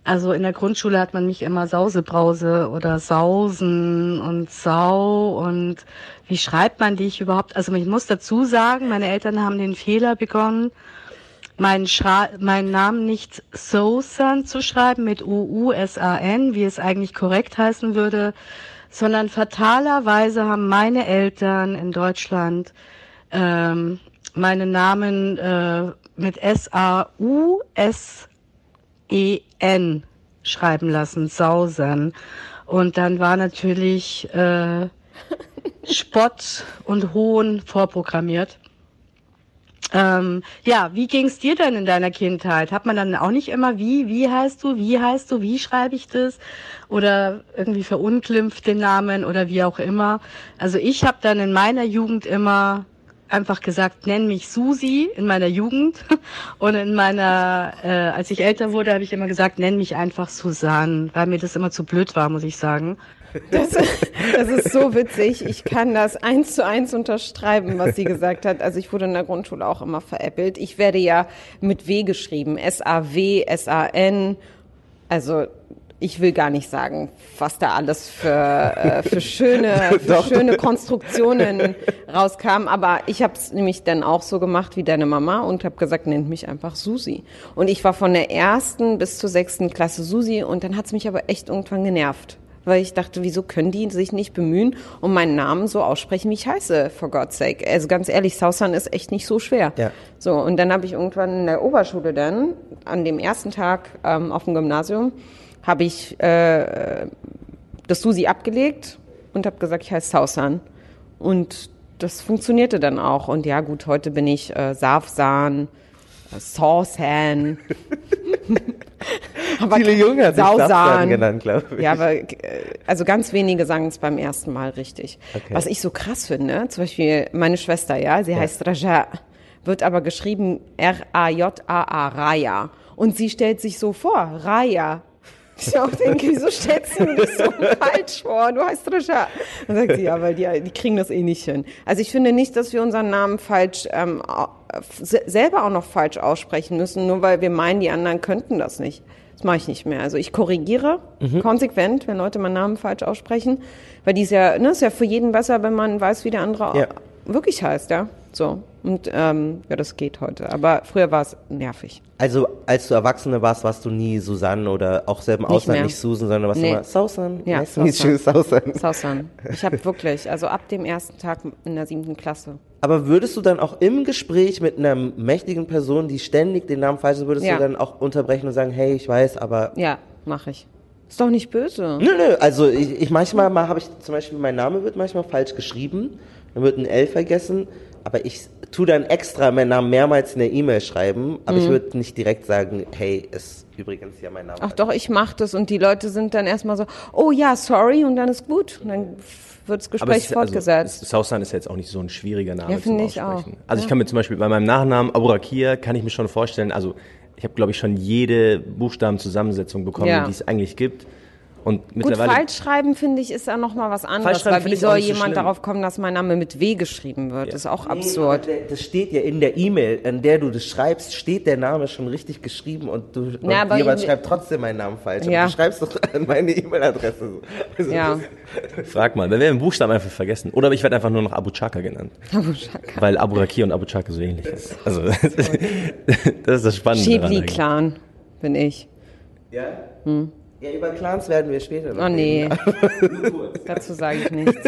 Also in der Grundschule hat man mich immer Sausebrause oder Sausen und Sau und wie schreibt man dich überhaupt? Also ich muss dazu sagen, meine Eltern haben den Fehler begonnen, meinen, Schra- meinen Namen nicht Sousan zu schreiben mit U U S A N, wie es eigentlich korrekt heißen würde, sondern fatalerweise haben meine Eltern in Deutschland ähm, meinen Namen äh, mit S A U S E N schreiben lassen, Sausan. Und dann war natürlich äh, Spott und Hohn vorprogrammiert. Ähm, ja, wie ging's dir denn in deiner Kindheit? Hat man dann auch nicht immer, wie, wie heißt du, wie heißt du, wie schreibe ich das? Oder irgendwie verunglimpft den Namen oder wie auch immer. Also ich habe dann in meiner Jugend immer einfach gesagt, nenn mich Susi in meiner Jugend. Und in meiner, äh, als ich älter wurde, habe ich immer gesagt, nenn mich einfach Susanne, weil mir das immer zu blöd war, muss ich sagen. Das, das ist so witzig. Ich kann das eins zu eins unterschreiben, was sie gesagt hat. Also ich wurde in der Grundschule auch immer veräppelt. Ich werde ja mit W geschrieben. S A W, S A N. Also ich will gar nicht sagen, was da alles für, äh, für schöne, für schöne Konstruktionen rauskam. Aber ich habe es nämlich dann auch so gemacht wie deine Mama und habe gesagt, nennt mich einfach Susi. Und ich war von der ersten bis zur sechsten Klasse Susi und dann hat es mich aber echt irgendwann genervt. Weil ich dachte, wieso können die sich nicht bemühen und meinen Namen so aussprechen, wie ich heiße, for God's sake. Also ganz ehrlich, Sousan ist echt nicht so schwer. Ja. So, und dann habe ich irgendwann in der Oberschule dann, an dem ersten Tag ähm, auf dem Gymnasium, habe ich äh, das Susi abgelegt und habe gesagt, ich heiße Sousan. Und das funktionierte dann auch. Und ja gut, heute bin ich äh, Safsan, äh, Sausan. Aber Viele Junge hat sich Sausan genannt, glaube ich. Ja, aber also ganz wenige sagen es beim ersten Mal richtig. Okay. Was ich so krass finde, zum Beispiel meine Schwester, ja, sie Ja. heißt Raja, wird aber geschrieben R A J A A, Raya. Und sie stellt sich so vor, Raya. Ich auch denke, wieso stellst du dich so falsch vor? Du heißt Raja. Dann sagt sie, ja, weil die, die kriegen das eh nicht hin. Also ich finde nicht, dass wir unseren Namen falsch, ähm, selber auch noch falsch aussprechen müssen, nur weil wir meinen, die anderen könnten das nicht. Das mache ich nicht mehr. Also ich korrigiere mhm. konsequent, wenn Leute meinen Namen falsch aussprechen, weil die ist ja, ne, ist ja für jeden besser, wenn man weiß, wie der andere Ja. wirklich heißt, ja. So. Und ähm, ja, das geht heute. Aber früher war es nervig. Also als du Erwachsene warst, warst du nie Susanne oder auch selber im Nicht Ausland mehr. nicht Susan, sondern warst Nee. immer Sausan. Ja, nice to meet you, Sausan. Sausan. Ich habe wirklich, also ab dem ersten Tag in der siebten Klasse. Aber würdest du dann auch im Gespräch mit einer mächtigen Person, die ständig den Namen falsch ist, würdest Ja. du dann auch unterbrechen und sagen, hey, ich weiß, aber... Ja, mache ich. Ist doch nicht böse. Nö, nö, also ich, ich manchmal mal habe ich zum Beispiel, mein Name wird manchmal falsch geschrieben, dann wird ein L vergessen, aber ich tu dann extra meinen Namen mehrmals in der E-Mail schreiben, aber Mhm. ich würde nicht direkt sagen, hey, ist übrigens ja mein Name. Ach doch, ich mache das und die Leute sind dann erstmal so, oh ja, sorry, und dann ist gut. Und dann wird das Aber Gespräch es ist, fortgesetzt. Also, Sousan ist jetzt auch nicht so ein schwieriger Name Ja, zum finde ich Aussprechen. auch. Also Ja. ich kann mir zum Beispiel bei meinem Nachnamen Abu Rakir, kann ich mir schon vorstellen, also ich habe glaube ich schon jede Buchstabenzusammensetzung bekommen, Ja. die es eigentlich gibt. Und Gut, mittlerweile falsch schreiben, finde ich, ist ja nochmal was anderes, Falschschreiben weil finde wie ich auch soll nicht so jemand schlimm. darauf kommen, dass mein Name mit W geschrieben wird? Ja. Das ist auch Nee, absurd. aber der- das steht ja in der E-Mail, an der du das schreibst, steht der Name schon richtig geschrieben und du und Ja, aber jemand ich- schreibt trotzdem meinen Namen falsch. Ja. Aber du schreibst doch an meine E-Mail-Adresse. Also Ja, frag mal, wir werden den Buchstaben einfach vergessen. Oder ich werde einfach nur noch Abu Chaka genannt. Abu Chaka. Weil Abu Rakir und Abu Chaka so ähnlich ist. Also das ist das Spannende daran eigentlich. Schäbli-Clan bin ich. Ja? Ja, über Clans werden wir später noch Oh nee, reden. dazu sage ich nichts.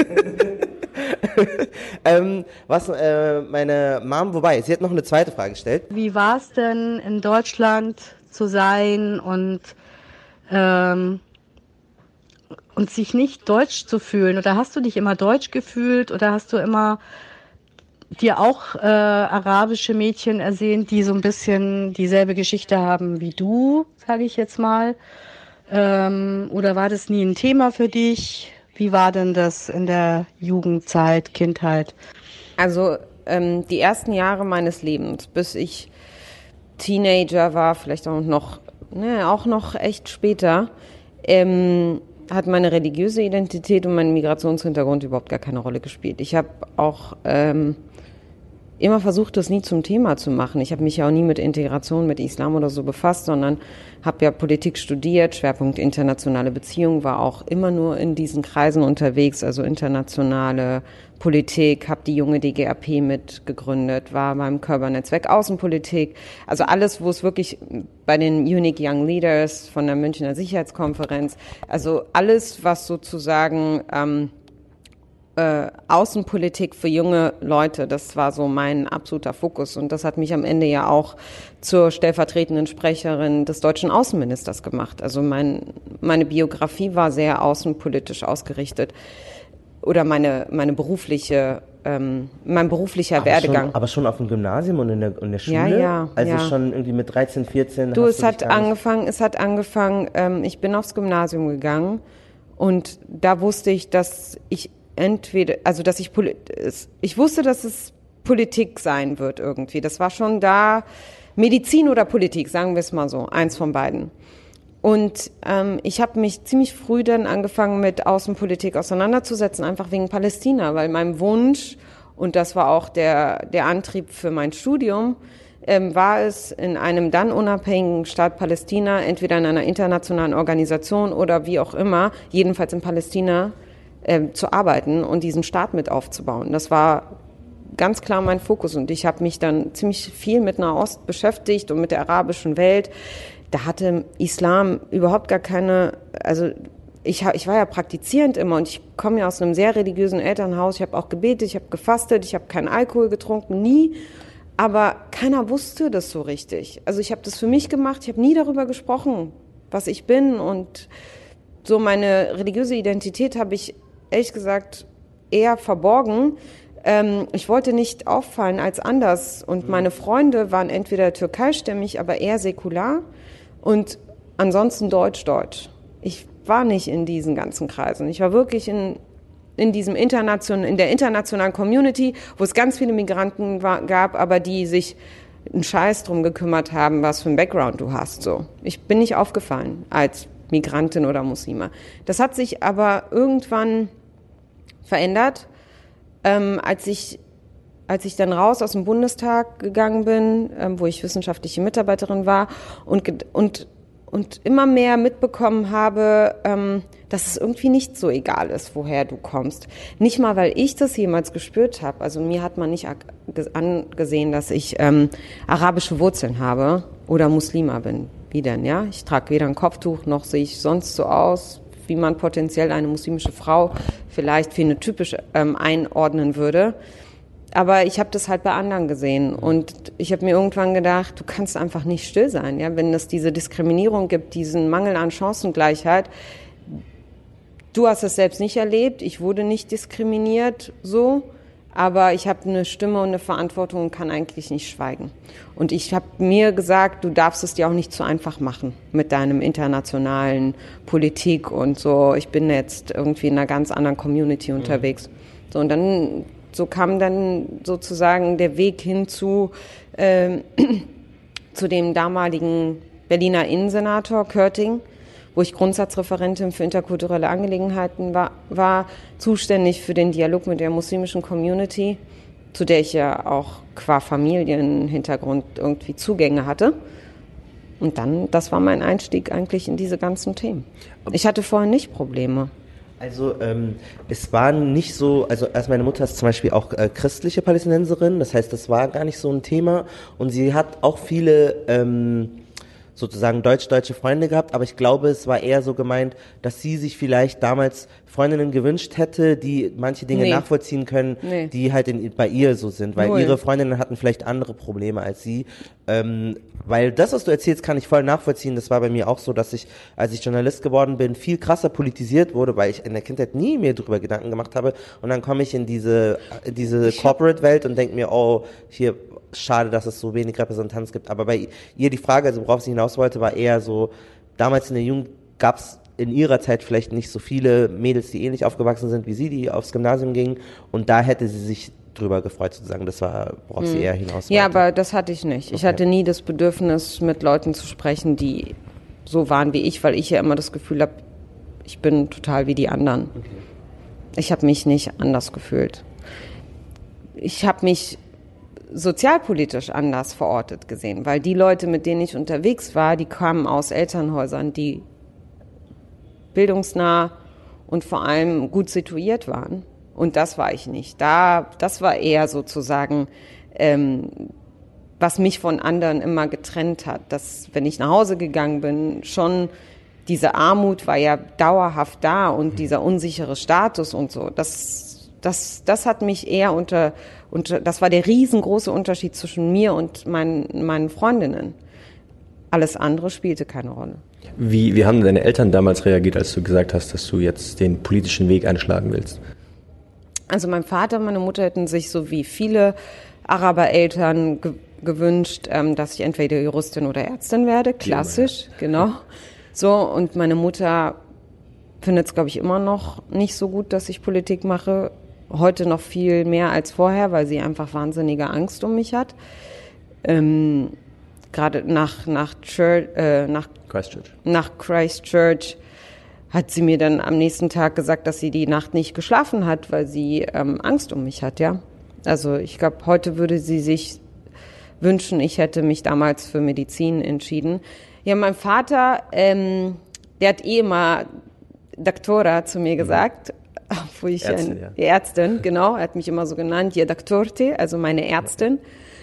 ähm, was äh, meine Mom, wobei, sie hat noch eine zweite Frage gestellt. Wie war es denn in Deutschland zu sein und ähm, und sich nicht deutsch zu fühlen? Oder hast du dich immer deutsch gefühlt oder hast du immer dir auch äh, arabische Mädchen ersehnt, die so ein bisschen dieselbe Geschichte haben wie du, sage ich jetzt mal? Ähm, oder war das nie ein Thema für dich? Wie war denn das in der Jugendzeit, Kindheit? Also ähm, die ersten Jahre meines Lebens, bis ich Teenager war, vielleicht auch noch, ne, auch noch echt später, ähm, hat meine religiöse Identität und mein Migrationshintergrund überhaupt gar keine Rolle gespielt. Ich habe auch, ähm, immer versucht, das nie zum Thema zu machen. Ich habe mich ja auch nie mit Integration, mit Islam oder so befasst, sondern habe ja Politik studiert, Schwerpunkt internationale Beziehungen, war auch immer nur in diesen Kreisen unterwegs, also internationale Politik, habe die junge D G A P mitgegründet, war beim Körper-Netzwerk Außenpolitik, also alles, wo es wirklich bei den Unique Young Leaders von der Münchner Sicherheitskonferenz, also alles, was sozusagen ähm, äh, Außenpolitik für junge Leute, das war so mein absoluter Fokus und das hat mich am Ende ja auch zur stellvertretenden Sprecherin des deutschen Außenministers gemacht. Also mein, meine Biografie war sehr außenpolitisch ausgerichtet. Oder meine, meine berufliche, ähm, mein beruflicher aber Werdegang. Schon, aber schon auf dem Gymnasium und in der, in der Schule? Ja, ja. Also ja. schon irgendwie mit dreizehn, vierzehn? Du, hast es du hat angefangen, es hat angefangen, ähm, ich bin aufs Gymnasium gegangen und da wusste ich, dass ich entweder, also dass ich, ich wusste, dass es Politik sein wird irgendwie. Das war schon da, Medizin oder Politik, sagen wir es mal so, eins von beiden. Und ähm, ich habe mich ziemlich früh dann angefangen mit Außenpolitik auseinanderzusetzen, einfach wegen Palästina, weil mein Wunsch, und das war auch der, der Antrieb für mein Studium, ähm, war es, in einem dann unabhängigen Staat Palästina, entweder in einer internationalen Organisation oder wie auch immer, jedenfalls in Palästina, ähm, zu arbeiten und diesen Staat mit aufzubauen. Das war ganz klar mein Fokus und ich habe mich dann ziemlich viel mit Nahost beschäftigt und mit der arabischen Welt. Da hatte Islam überhaupt gar keine, also ich, ich war ja praktizierend immer und ich komme ja aus einem sehr religiösen Elternhaus. Ich habe auch gebetet, ich habe gefastet, ich habe keinen Alkohol getrunken, nie. Aber keiner wusste das so richtig. Also ich habe das für mich gemacht, ich habe nie darüber gesprochen, was ich bin. Und so meine religiöse Identität habe ich ehrlich gesagt eher verborgen. Ähm, ich wollte nicht auffallen als anders. Und meine Freunde waren entweder türkeistämmig, aber eher säkular. Und ansonsten Deutsch-Deutsch. Ich war nicht in diesen ganzen Kreisen. Ich war wirklich in, in diesem internationalen, in der internationalen Community, wo es ganz viele Migranten war, gab, aber die sich einen Scheiß drum gekümmert haben, was für ein Background du hast, so. Ich bin nicht aufgefallen als Migrantin oder Muslima. Das hat sich aber irgendwann verändert, ähm, als ich als ich dann raus aus dem Bundestag gegangen bin, ähm, wo ich wissenschaftliche Mitarbeiterin war und, und, und immer mehr mitbekommen habe, ähm, dass es irgendwie nicht so egal ist, woher du kommst. Nicht mal, weil ich das jemals gespürt habe. Also mir hat man nicht angesehen, dass ich ähm, arabische Wurzeln habe oder Muslima bin. Wie denn, ja? Ich trage weder ein Kopftuch, noch sehe ich sonst so aus, wie man potenziell eine muslimische Frau vielleicht phänotypisch ähm, einordnen würde. Aber ich habe das halt bei anderen gesehen und ich habe mir irgendwann gedacht, du kannst einfach nicht still sein, ja, wenn es diese Diskriminierung gibt, diesen Mangel an Chancengleichheit. Du hast es selbst nicht erlebt, ich wurde nicht diskriminiert so, aber ich habe eine Stimme und eine Verantwortung und kann eigentlich nicht schweigen. Und ich habe mir gesagt, du darfst es dir auch nicht zu einfach machen mit deinem internationalen Politik und so. Ich bin jetzt irgendwie in einer ganz anderen Community unterwegs. So, und dann So kam dann sozusagen der Weg hin zu, äh, zu dem damaligen Berliner Innensenator Körting, wo ich Grundsatzreferentin für interkulturelle Angelegenheiten war, war, zuständig für den Dialog mit der muslimischen Community, zu der ich ja auch qua Familienhintergrund irgendwie Zugänge hatte. Und dann, das war mein Einstieg eigentlich in diese ganzen Themen. Ich hatte vorher nicht Probleme. Also ähm, es war nicht so, also erst meine Mutter ist zum Beispiel auch äh, christliche Palästinenserin, das heißt, das war gar nicht so ein Thema und sie hat auch viele ähm, sozusagen deutsch-deutsche Freunde gehabt, aber ich glaube, es war eher so gemeint, dass sie sich vielleicht damals Freundinnen gewünscht hätte, die manche Dinge nee. nachvollziehen können, nee. die halt in, bei ihr so sind, weil Null. ihre Freundinnen hatten vielleicht andere Probleme als sie, ähm, weil das, was du erzählst, kann ich voll nachvollziehen. Das war bei mir auch so, dass ich, als ich Journalist geworden bin, viel krasser politisiert wurde, weil ich in der Kindheit nie mehr drüber Gedanken gemacht habe und dann komme ich in diese, in diese Corporate-Welt und denke mir, oh, hier, schade, dass es so wenig Repräsentanz gibt. Aber bei ihr die Frage, also worauf sie hinaus wollte, war eher so, damals in der Jugend gab es in ihrer Zeit vielleicht nicht so viele Mädels, die ähnlich aufgewachsen sind wie sie, die aufs Gymnasium gingen und da hätte sie sich drüber gefreut sozusagen, das war, worauf hm. sie eher hinaus wollte. Ja, aber das hatte ich nicht. Ich okay. hatte nie das Bedürfnis, mit Leuten zu sprechen, die so waren wie ich, weil ich ja immer das Gefühl habe, ich bin total wie die anderen. Okay. Ich habe mich nicht anders gefühlt. Ich habe mich sozialpolitisch anders verortet gesehen, weil die Leute, mit denen ich unterwegs war, die kamen aus Elternhäusern, die bildungsnah und vor allem gut situiert waren. Und das war ich nicht. Da, das war eher sozusagen, ähm, was mich von anderen immer getrennt hat. Dass, wenn ich nach Hause gegangen bin, schon diese Armut war ja dauerhaft da und dieser unsichere Status und so. Das, das, das hat mich eher unter, unter, das war der riesengroße Unterschied zwischen mir und meinen, meinen Freundinnen. Alles andere spielte keine Rolle. Wie, wie haben deine Eltern damals reagiert, als du gesagt hast, dass du jetzt den politischen Weg einschlagen willst? Also mein Vater und meine Mutter hätten sich so wie viele Arabereltern ge- gewünscht, ähm, dass ich entweder Juristin oder Ärztin werde, klassisch, ja, genau. So, und meine Mutter findet es, glaube ich, immer noch nicht so gut, dass ich Politik mache. Heute noch viel mehr als vorher, weil sie einfach wahnsinnige Angst um mich hat. Ähm, Gerade nach, nach, Church, äh, nach, Christchurch. nach Christchurch hat sie mir dann am nächsten Tag gesagt, dass sie die Nacht nicht geschlafen hat, weil sie ähm, Angst um mich hat, ja. Also ich glaube, heute würde sie sich wünschen, ich hätte mich damals für Medizin entschieden. Ja, mein Vater, ähm, der hat eh immer Doktora zu mir gesagt, mhm. wo ich Ärztin, ein, ja. die Ärztin, genau, er hat mich immer so genannt, ja, Doktorte, also meine Ärztin.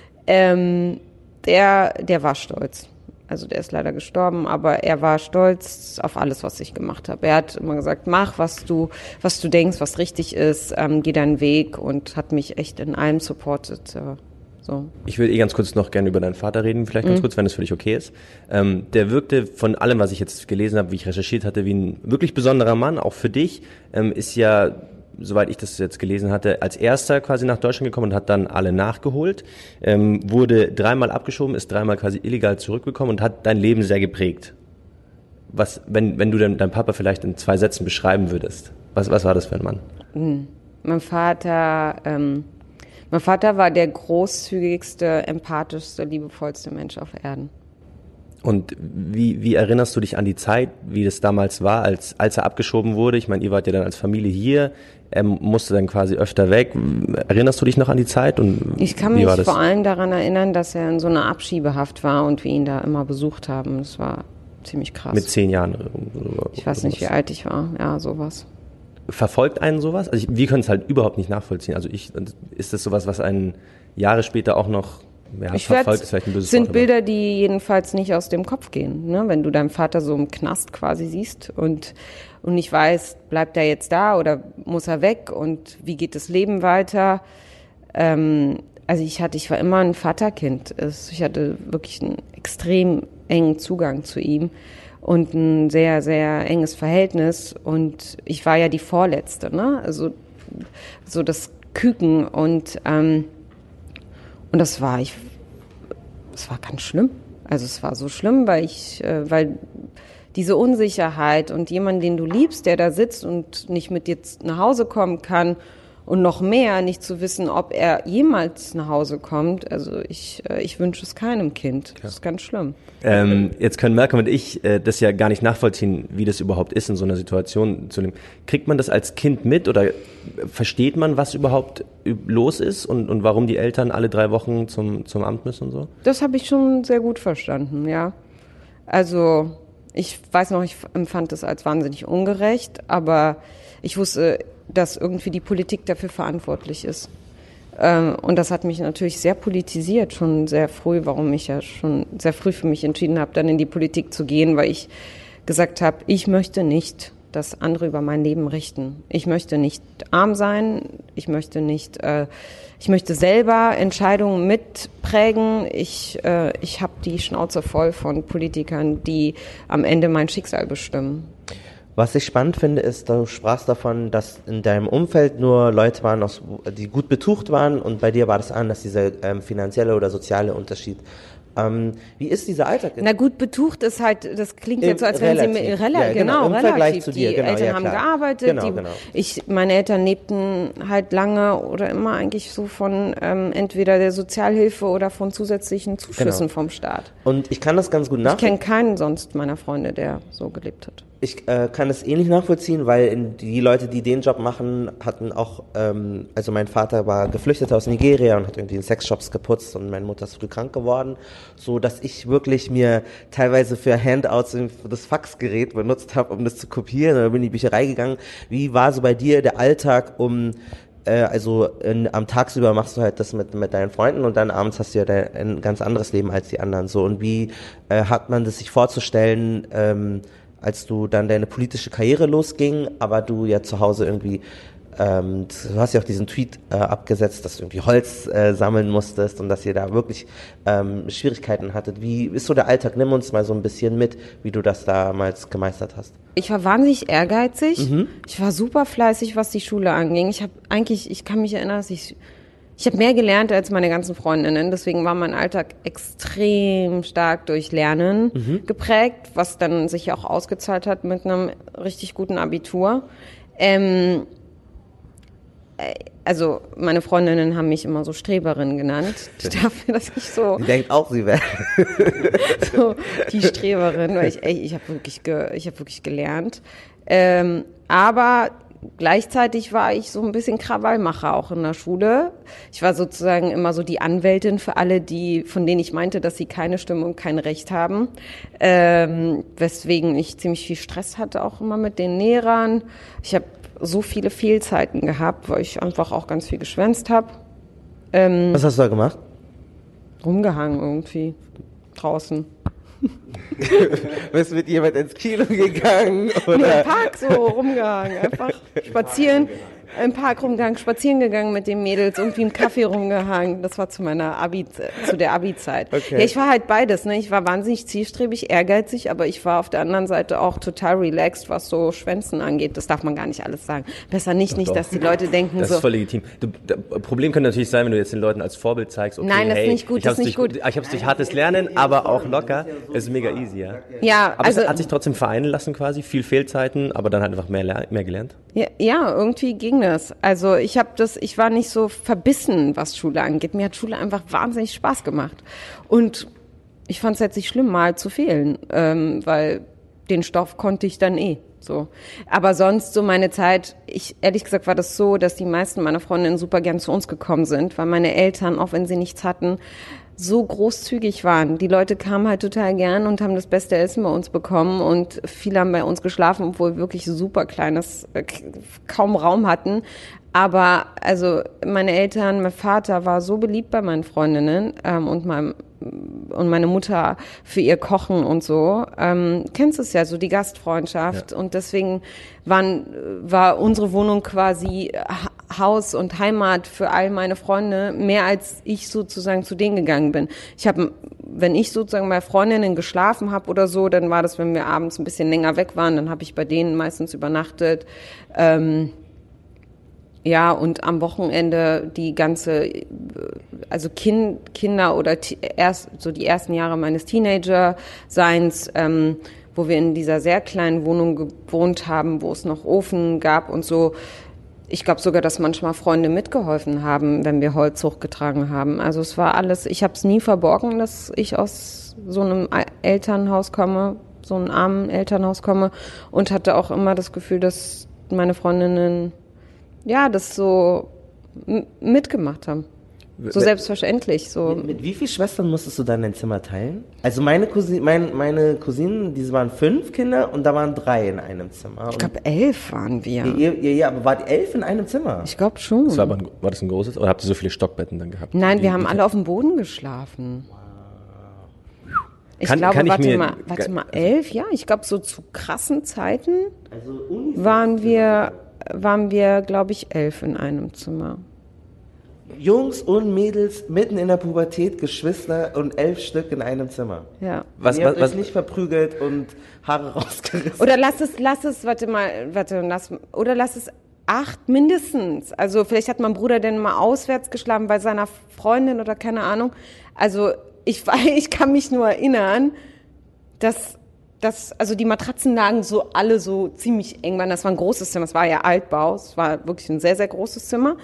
Ähm, der, der war stolz. Also der ist leider gestorben, aber er war stolz auf alles, was ich gemacht habe. Er hat immer gesagt, mach, was du, was du denkst, was richtig ist, ähm, geh deinen Weg, und hat mich echt in allem supportet. Äh, so. Ich würde eh ganz kurz noch gerne über deinen Vater reden, vielleicht ganz mhm. kurz, wenn es für dich okay ist. Ähm, der wirkte von allem, was ich jetzt gelesen habe, wie ich recherchiert hatte, wie ein wirklich besonderer Mann. Auch für dich ähm, ist ja, soweit ich das jetzt gelesen hatte, als erster quasi nach Deutschland gekommen und hat dann alle nachgeholt, ähm, wurde dreimal abgeschoben, ist dreimal quasi illegal zurückgekommen und hat dein Leben sehr geprägt. Was, wenn, wenn du dann deinen Papa vielleicht in zwei Sätzen beschreiben würdest, was, was war das für ein Mann? Mhm. Mein Vater, ähm, mein Vater war der großzügigste, empathischste, liebevollste Mensch auf Erden. Und wie, wie erinnerst du dich an die Zeit, wie das damals war, als, als er abgeschoben wurde? Ich meine, ihr wart ja dann als Familie hier, er musste dann quasi öfter weg. Erinnerst du dich noch an die Zeit? Und ich kann mich vor allem daran erinnern, dass er in so einer Abschiebehaft war und wir ihn da immer besucht haben. Das war ziemlich krass. Mit zehn Jahren? Oder ich weiß nicht, wie alt ich war. Ja, sowas. Verfolgt einen sowas? Also ich, wir können es halt überhaupt nicht nachvollziehen. Also ich, ist das sowas, was einen Jahre später auch noch... Ja, ich verfolgt ist vielleicht ein böses sind Wort, Bilder, die jedenfalls nicht aus dem Kopf gehen, ne? Wenn du deinen Vater so im Knast quasi siehst und, und nicht weißt, bleibt er jetzt da oder muss er weg und wie geht das Leben weiter. Ähm, also ich hatte, ich war immer ein Vaterkind. Ich hatte wirklich einen extrem engen Zugang zu ihm und ein sehr, sehr enges Verhältnis, und ich war ja die Vorletzte, ne? Also so das Küken, und ähm, Und das war ich, das war ganz schlimm. Also es war so schlimm, weil ich, äh, weil diese Unsicherheit und jemand, den du liebst, der da sitzt und nicht mit dir nach Hause kommen kann, und noch mehr nicht zu wissen, ob er jemals nach Hause kommt. Also ich, äh, ich wünsche es keinem Kind. Das ist ganz schlimm. Ähm, jetzt können Malcolm und ich äh, das ja gar nicht nachvollziehen, wie das überhaupt ist, in so einer Situation zu leben. Kriegt man das als Kind mit oder versteht man, was überhaupt los ist und, und warum die Eltern alle drei Wochen zum, zum Amt müssen und so? Das habe ich schon sehr gut verstanden, ja. Also ich weiß noch, ich empfand das als wahnsinnig ungerecht, aber ich wusste, dass irgendwie die Politik dafür verantwortlich ist. Und das hat mich natürlich sehr politisiert, schon sehr früh, warum ich ja schon sehr früh für mich entschieden habe, dann in die Politik zu gehen, weil ich gesagt habe, ich möchte nicht, dass andere über mein Leben richten. Ich möchte nicht arm sein, ich möchte nicht, äh, ich möchte selber Entscheidungen mitprägen. Ich, äh, ich habe die Schnauze voll von Politikern, die am Ende mein Schicksal bestimmen. Was ich spannend finde, ist, du sprachst davon, dass in deinem Umfeld nur Leute waren, aus, die gut betucht waren, und bei dir war das anders, dieser ähm, finanzielle oder soziale Unterschied. Ähm, wie ist dieser Alltag? Na gut, betucht ist halt, das klingt Im jetzt so, als wenn relativ, sie mir, rela- ja, genau, genau, im relativ. Vergleich zu dir, die genau, Eltern ja, haben klar. gearbeitet, Genau, die, genau. ich, meine Eltern lebten halt lange oder immer eigentlich so von ähm, entweder der Sozialhilfe oder von zusätzlichen Zuschüssen Genau. vom Staat. Und ich kann das ganz gut Ich nachvollziehen. kenne keinen sonst meiner Freunde, der so gelebt hat. Ich äh, kann es ähnlich nachvollziehen, weil in die Leute, die den Job machen, hatten auch, ähm, also mein Vater war Geflüchteter aus Nigeria und hat irgendwie in Sexshops geputzt und meine Mutter ist früh krank geworden, so dass ich wirklich mir teilweise für Handouts das Faxgerät benutzt habe, um das zu kopieren, oder bin in die Bücherei gegangen. Wie war so bei dir der Alltag, um äh, also in, am Tagsüber machst du halt das mit mit deinen Freunden und dann abends hast du ja dein, ein ganz anderes Leben als die anderen, so, und wie äh, hat man das sich vorzustellen, ähm, als du dann deine politische Karriere losging, aber du ja zu Hause irgendwie, ähm, du hast ja auch diesen Tweet äh, abgesetzt, dass du irgendwie Holz äh, sammeln musstest und dass ihr da wirklich ähm, Schwierigkeiten hattet. Wie ist so der Alltag? Nimm uns mal so ein bisschen mit, wie du das damals gemeistert hast. Ich war wahnsinnig ehrgeizig. Mhm. Ich war super fleißig, was die Schule anging. Ich habe eigentlich, ich kann mich erinnern, dass ich Ich habe mehr gelernt als meine ganzen Freundinnen, deswegen war mein Alltag extrem stark durch Lernen mhm. geprägt, was dann sich auch ausgezahlt hat mit einem richtig guten Abitur. Ähm, also meine Freundinnen haben mich immer so Streberin genannt, dafür, dass ich so... Sie denkt auch, sie wäre... so, die Streberin, weil ich, ey, ich habe wirklich, ge, ich hab wirklich gelernt. Ähm, aber... Gleichzeitig war ich so ein bisschen Krawallmacher auch in der Schule. Ich war sozusagen immer so die Anwältin für alle, die, von denen ich meinte, dass sie keine Stimme und kein Recht haben. Ähm, weswegen ich ziemlich viel Stress hatte, auch immer mit den Lehrern. Ich habe so viele Fehlzeiten gehabt, weil ich einfach auch ganz viel geschwänzt habe. Ähm, Was hast du da gemacht? Rumgehangen irgendwie. Draußen. Bist mit jemand ins Kino gegangen? Oder? Nur im Park so rumgehangen, einfach spazieren, im Park rumgehangen, spazieren gegangen mit den Mädels, irgendwie im Café rumgehangen. Das war zu meiner Abi, zu der Abi-Zeit. Okay. Ja, ich war halt beides, ne? Ich war wahnsinnig zielstrebig, ehrgeizig, aber ich war auf der anderen Seite auch total relaxed, was so Schwänzen angeht. Das darf man gar nicht alles sagen. Besser nicht, Doch, nicht, doch. dass die Leute denken Das so. ist voll legitim. Du, das Problem könnte natürlich sein, wenn du jetzt den Leuten als Vorbild zeigst, okay, Nein, das ist hey, nicht gut, ich das hab's ist nicht durch, gut. Ich habe es durch hartes Lernen, aber auch locker. Das ist mega easy, ja. Ja, Aber also es hat sich trotzdem vereinen lassen quasi, viel Fehlzeiten, aber dann halt einfach mehr, ler- mehr gelernt. Ja, ja, irgendwie ging das. Also ich habe das, ich war nicht so verbissen, was Schule angeht. Mir hat Schule einfach wahnsinnig Spaß gemacht. Und ich fand es jetzt nicht schlimm, mal zu fehlen, ähm, weil den Stoff konnte ich dann eh. So. Aber sonst so meine Zeit, ich ehrlich gesagt war das so, dass die meisten meiner Freundinnen super gern zu uns gekommen sind, weil meine Eltern, auch wenn sie nichts hatten, so großzügig waren. Die Leute kamen halt total gern und haben das beste Essen bei uns bekommen und viele haben bei uns geschlafen, obwohl wir wirklich super kleines, äh, kaum Raum hatten. Aber also meine Eltern, mein Vater war so beliebt bei meinen Freundinnen ähm, und meinem und meine Mutter für ihr Kochen und so. Ähm, kennst du es ja, so die Gastfreundschaft. Ja. Und deswegen waren, war unsere Wohnung quasi Haus und Heimat für all meine Freunde, mehr als ich sozusagen zu denen gegangen bin. Ich habe, wenn ich sozusagen bei Freundinnen geschlafen habe oder so, dann war das, wenn wir abends ein bisschen länger weg waren, dann habe ich bei denen meistens übernachtet. Ähm, Ja, und am Wochenende die ganze, also kind, Kinder oder t- erst so die ersten Jahre meines Teenager-Seins, ähm, wo wir in dieser sehr kleinen Wohnung gewohnt haben, wo es noch Ofen gab und so. Ich glaube sogar, dass manchmal Freunde mitgeholfen haben, wenn wir Holz hochgetragen haben. Also es war alles, ich habe es nie verborgen, dass ich aus so einem Elternhaus komme, so einem armen Elternhaus komme und hatte auch immer das Gefühl, dass meine Freundinnen ja, das so m- mitgemacht haben. So selbstverständlich. So. Mit, mit wie vielen Schwestern musstest du dann dein Zimmer teilen? Also meine Cousine, mein, meine Cousinen, diese waren fünf Kinder und da waren drei in einem Zimmer. Ich glaube, elf waren wir. Ja, ja, ja, ja, aber wart elf in einem Zimmer? Ich glaube schon. Das war, aber ein, war das ein großes? Oder habt ihr so viele Stockbetten dann gehabt? Nein, Die- wir haben die- alle auf dem Boden geschlafen. Ich Kann- glaube, kann ich warte mir- mal, warte mal, elf? Ja, ich glaube, so zu krassen Zeiten Also Unis- waren wir, waren wir, glaube ich, elf in einem Zimmer. Jungs und Mädels mitten in der Pubertät, Geschwister und elf Stück in einem Zimmer. Ja. Was, Ihr habt was, was, euch nicht verprügelt und Haare rausgerissen. Oder lass es, lass es, warte mal, warte, lass, oder lass es acht mindestens. Also vielleicht hat mein Bruder denn mal auswärts geschlafen bei seiner Freundin oder keine Ahnung. Also ich, ich kann mich nur erinnern, dass, dass, also die Matratzen lagen so alle so ziemlich eng waren. Das war ein großes Zimmer, es war ja Altbau, es war wirklich ein sehr, sehr großes Zimmer.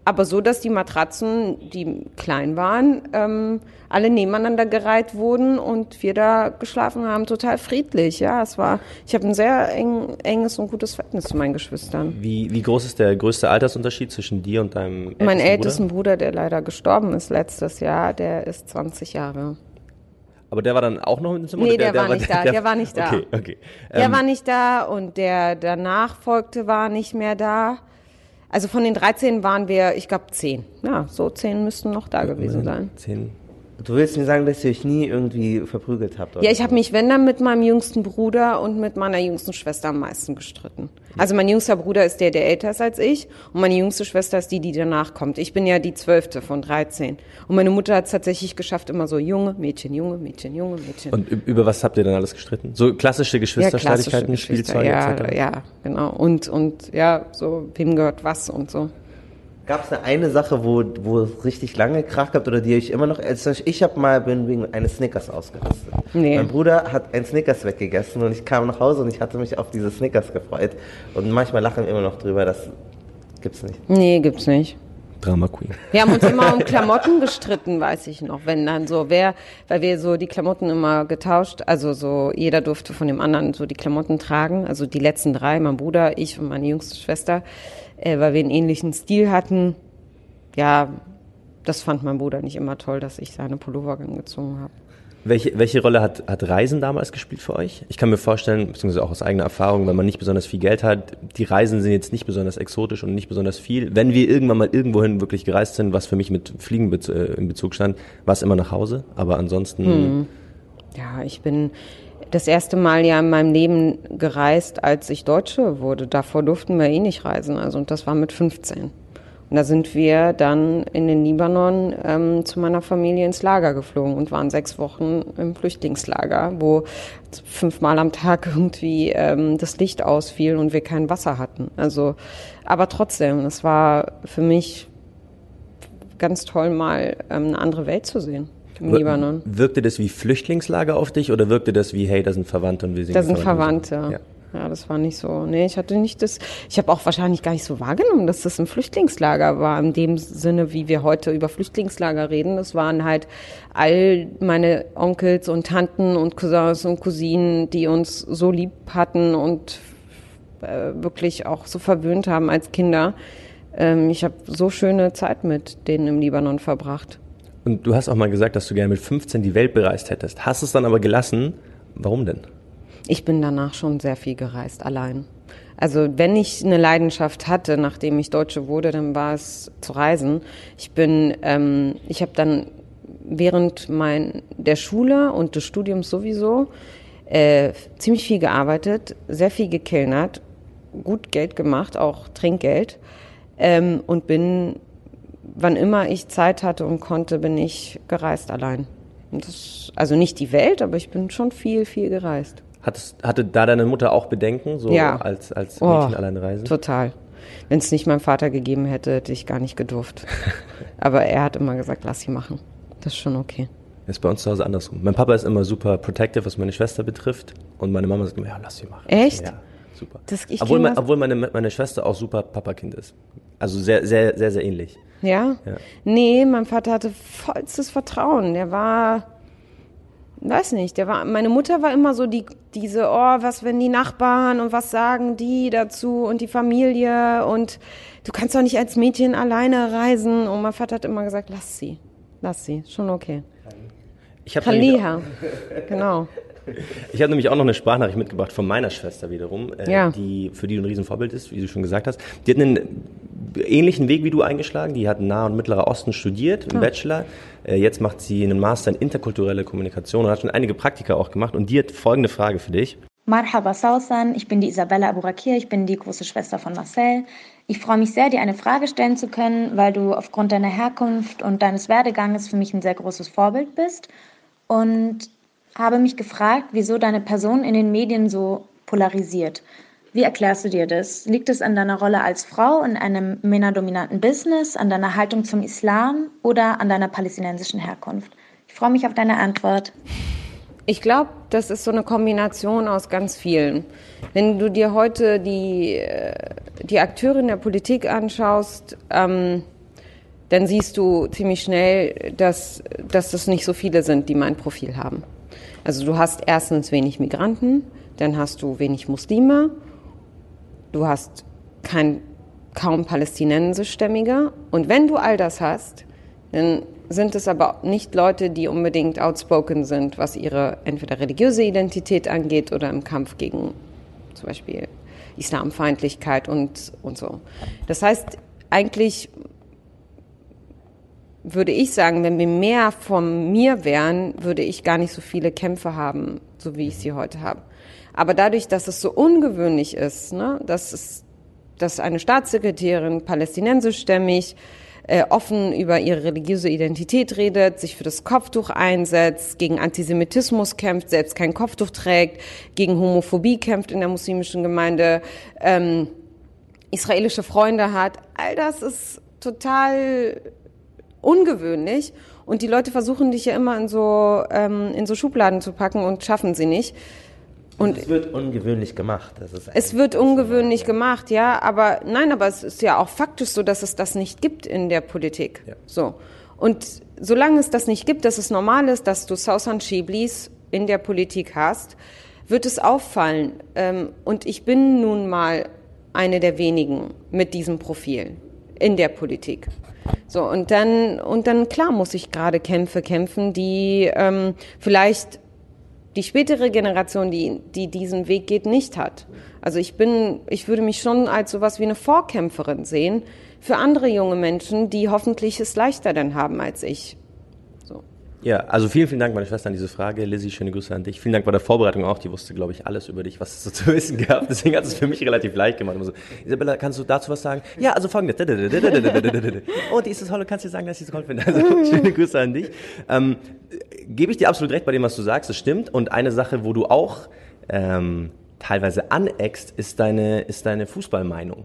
aber so, dass die Matratzen, die klein waren, ähm, alle nebeneinander gereiht wurden und wir da geschlafen haben, total friedlich. Ja, es war, ich habe ein sehr eng, enges und gutes Verhältnis zu meinen Geschwistern. Wie, wie groß ist der größte Altersunterschied zwischen dir und deinem ältesten Mein Bruder? ältesten Bruder, der leider gestorben ist letztes Jahr, der ist zwanzig Jahre. Aber der war dann auch noch im Zimmer? Nee, oder der, der war nicht da, der, der war nicht da. Okay, okay. Der Ähm, war nicht da und der danach folgte war nicht mehr da. Also von den dreizehn waren wir, ich glaube, zehn. Ja, so zehn müssten noch da gewesen sein. Zehn. Du willst mir sagen, dass ihr euch nie irgendwie verprügelt habt? Oder Ja, ich so? habe mich, wenn dann, mit meinem jüngsten Bruder und mit meiner jüngsten Schwester am meisten gestritten. Also mein jüngster Bruder ist der, der älter ist als ich und meine jüngste Schwester ist die, die danach kommt. Ich bin ja die zwölfte von dreizehn. Und meine Mutter hat es tatsächlich geschafft, immer so junge Mädchen, junge Mädchen, junge Mädchen. Und ü- über was habt ihr dann alles gestritten? So klassische Geschwisterstreitigkeiten, klassische Geschwister, Spielzeuge ja, et cetera? ja, genau. Und, und ja, so, wem gehört was und so. Gab es da eine Sache, wo, wo es richtig lange Krach gab oder die euch immer noch... Also ich habe mal bin wegen eines Snickers ausgerastet. Nee. Mein Bruder hat ein Snickers weggegessen und ich kam nach Hause und ich hatte mich auf diese Snickers gefreut. Und manchmal lachen wir immer noch drüber, das gibt's nicht. Nee, gibt's nicht. Drama Queen. Wir haben uns immer um Klamotten gestritten, weiß ich noch, wenn dann so wer, weil wir so die Klamotten immer getauscht, also so jeder durfte von dem anderen so die Klamotten tragen, also die letzten drei, mein Bruder, ich und meine jüngste Schwester, äh, weil wir einen ähnlichen Stil hatten. Ja, das fand mein Bruder nicht immer toll, dass ich seine Pullover angezogen habe. Welche, welche Rolle hat, hat Reisen damals gespielt für euch? Ich kann mir vorstellen, beziehungsweise auch aus eigener Erfahrung, wenn man nicht besonders viel Geld hat, die Reisen sind jetzt nicht besonders exotisch und nicht besonders viel. Wenn wir irgendwann mal irgendwohin wirklich gereist sind, was für mich mit Fliegen bez- äh, in Bezug stand, war es immer nach Hause. Aber ansonsten... Hm. Ja, ich bin das erste Mal ja in meinem Leben gereist, als ich Deutsche wurde. Davor durften wir eh nicht reisen, also und das war mit fünfzehn. Und da sind wir dann in den Libanon ähm, zu meiner Familie ins Lager geflogen und waren sechs Wochen im Flüchtlingslager, wo fünfmal am Tag irgendwie ähm, das Licht ausfiel und wir kein Wasser hatten. Also, aber trotzdem, es war für mich ganz toll, mal ähm, eine andere Welt zu sehen im Wir- Libanon. Wirkte das wie Flüchtlingslager auf dich oder wirkte das wie, hey, da sind Verwandte und wir sind Da sind Verwandte. Ja. Ja, das war nicht so. Nee, ich hatte nicht das. Ich habe auch wahrscheinlich gar nicht so wahrgenommen, dass das ein Flüchtlingslager war, in dem Sinne, wie wir heute über Flüchtlingslager reden. Das waren halt all meine Onkels und Tanten und Cousins und Cousinen, die uns so lieb hatten und äh, wirklich auch so verwöhnt haben als Kinder. Ähm, ich habe so schöne Zeit mit denen im Libanon verbracht. Und du hast auch mal gesagt, dass du gerne mit fünfzehn die Welt bereist hättest. Hast es dann aber gelassen. Warum denn? Ich bin danach schon sehr viel gereist, allein. Also wenn ich eine Leidenschaft hatte, nachdem ich Deutsche wurde, dann war es zu reisen. Ich bin, ähm, ich habe dann während mein, der Schule und des Studiums sowieso äh, ziemlich viel gearbeitet, sehr viel gekellnert, gut Geld gemacht, auch Trinkgeld, ähm, und bin, wann immer ich Zeit hatte und konnte, bin ich gereist allein. Und das, also nicht die Welt, aber ich bin schon viel, viel gereist. Hattest, hatte da deine Mutter auch Bedenken, so Ja. als, als Oh, Mädchen alleine reisen? Total. Wenn es nicht meinen Vater gegeben hätte, hätte ich gar nicht gedurft. Aber er hat immer gesagt, lass sie machen. Das ist schon okay. Das ist bei uns zu Hause andersrum. Mein Papa ist immer super protective, was meine Schwester betrifft. Und meine Mama sagt immer, ja, lass sie machen. Echt? Ja, super. Das- ich obwohl kenn mein, das- obwohl meine, meine Schwester auch super Papakind ist. Also sehr, sehr, sehr, sehr ähnlich. Ja? Ja. Nee, mein Vater hatte vollstes Vertrauen. Der war, weiß nicht, der war, meine Mutter war immer so die, diese, oh, was, wenn die Nachbarn und was sagen die dazu und die Familie und du kannst doch nicht als Mädchen alleine reisen. Und mein Vater hat immer gesagt, lass sie, lass sie, schon okay. Ich habe nämlich, Khaliha, genau. ich hab nämlich auch noch eine Sprachnachricht mitgebracht von meiner Schwester wiederum, äh, Ja. die für die du ein Riesenvorbild ist, wie du schon gesagt hast. Die hat einen ähnlichen Weg wie du eingeschlagen. Die hat Nahe und Mittlerer Osten studiert, im Bachelor. Äh, jetzt macht sie einen Master in interkulturelle Kommunikation und hat schon einige Praktika auch gemacht. Und die hat folgende Frage für dich. Marhaba Sausan, ich bin die Isabella Aburakir, ich bin die große Schwester von Marcel. Ich freue mich sehr, dir eine Frage stellen zu können, weil du aufgrund deiner Herkunft und deines Werdeganges für mich ein sehr großes Vorbild bist und habe mich gefragt, wieso deine Person in den Medien so polarisiert. Wie erklärst du dir das? Liegt es an deiner Rolle als Frau in einem männerdominanten Business, an deiner Haltung zum Islam oder an deiner palästinensischen Herkunft? Ich freue mich auf deine Antwort. Ich glaube, das ist so eine Kombination aus ganz vielen. Wenn du dir heute die, äh, die Akteure in der Politik anschaust, ähm, dann siehst du ziemlich schnell, dass, dass das nicht so viele sind, die mein Profil haben. Also du hast erstens wenig Migranten, dann hast du wenig Muslime, du hast kein, kaum Palästinensischstämmige. Und wenn du all das hast, dann sind es aber nicht Leute, die unbedingt outspoken sind, was ihre entweder religiöse Identität angeht oder im Kampf gegen zum Beispiel Islamfeindlichkeit und, und so. Das heißt, eigentlich würde ich sagen, wenn wir mehr von mir wären, würde ich gar nicht so viele Kämpfe haben, so wie ich sie heute habe. Aber dadurch, dass es so ungewöhnlich ist, ne, dass, es, dass eine Staatssekretärin palästinensischstämmig äh, offen über ihre religiöse Identität redet, sich für das Kopftuch einsetzt, gegen Antisemitismus kämpft, selbst kein Kopftuch trägt, gegen Homophobie kämpft in der muslimischen Gemeinde, ähm, israelische Freunde hat, all das ist total ungewöhnlich und die Leute versuchen dich ja immer in so, ähm, in so Schubladen zu packen und schaffen sie nicht. Und es wird ungewöhnlich gemacht. Das ist es wird ungewöhnlich ja. gemacht, ja, aber nein, aber es ist ja auch faktisch so, dass es das nicht gibt in der Politik. Ja. So. Und solange es das nicht gibt, dass es normal ist, dass du Sausan Shiblis in der Politik hast, wird es auffallen. Ähm, und ich bin nun mal eine der wenigen mit diesem Profil in der Politik. So, und dann, und dann, klar, muss ich gerade Kämpfe kämpfen, die ähm, vielleicht die spätere Generation, die, die diesen Weg geht, nicht hat. Also ich bin, ich würde mich schon als sowas wie eine Vorkämpferin sehen für andere junge Menschen, die hoffentlich es leichter dann haben als ich. So. Ja, also vielen, vielen Dank, meine Schwester, an diese Frage. Lizzie, schöne Grüße an dich. Vielen Dank bei der Vorbereitung auch. Die wusste, glaube ich, alles über dich, was es so zu wissen gab. Deswegen hat es für mich relativ leicht gemacht. Immer so, Isabella, kannst du dazu was sagen? Ja, also folgendes. Oh, die ist das Holle, kannst du dir sagen, dass ich das toll finde? Also schöne Grüße an dich. Ähm, gebe ich dir absolut recht bei dem, was du sagst, das stimmt. Und eine Sache, wo du auch ähm, teilweise aneckst, ist deine, ist deine Fußballmeinung.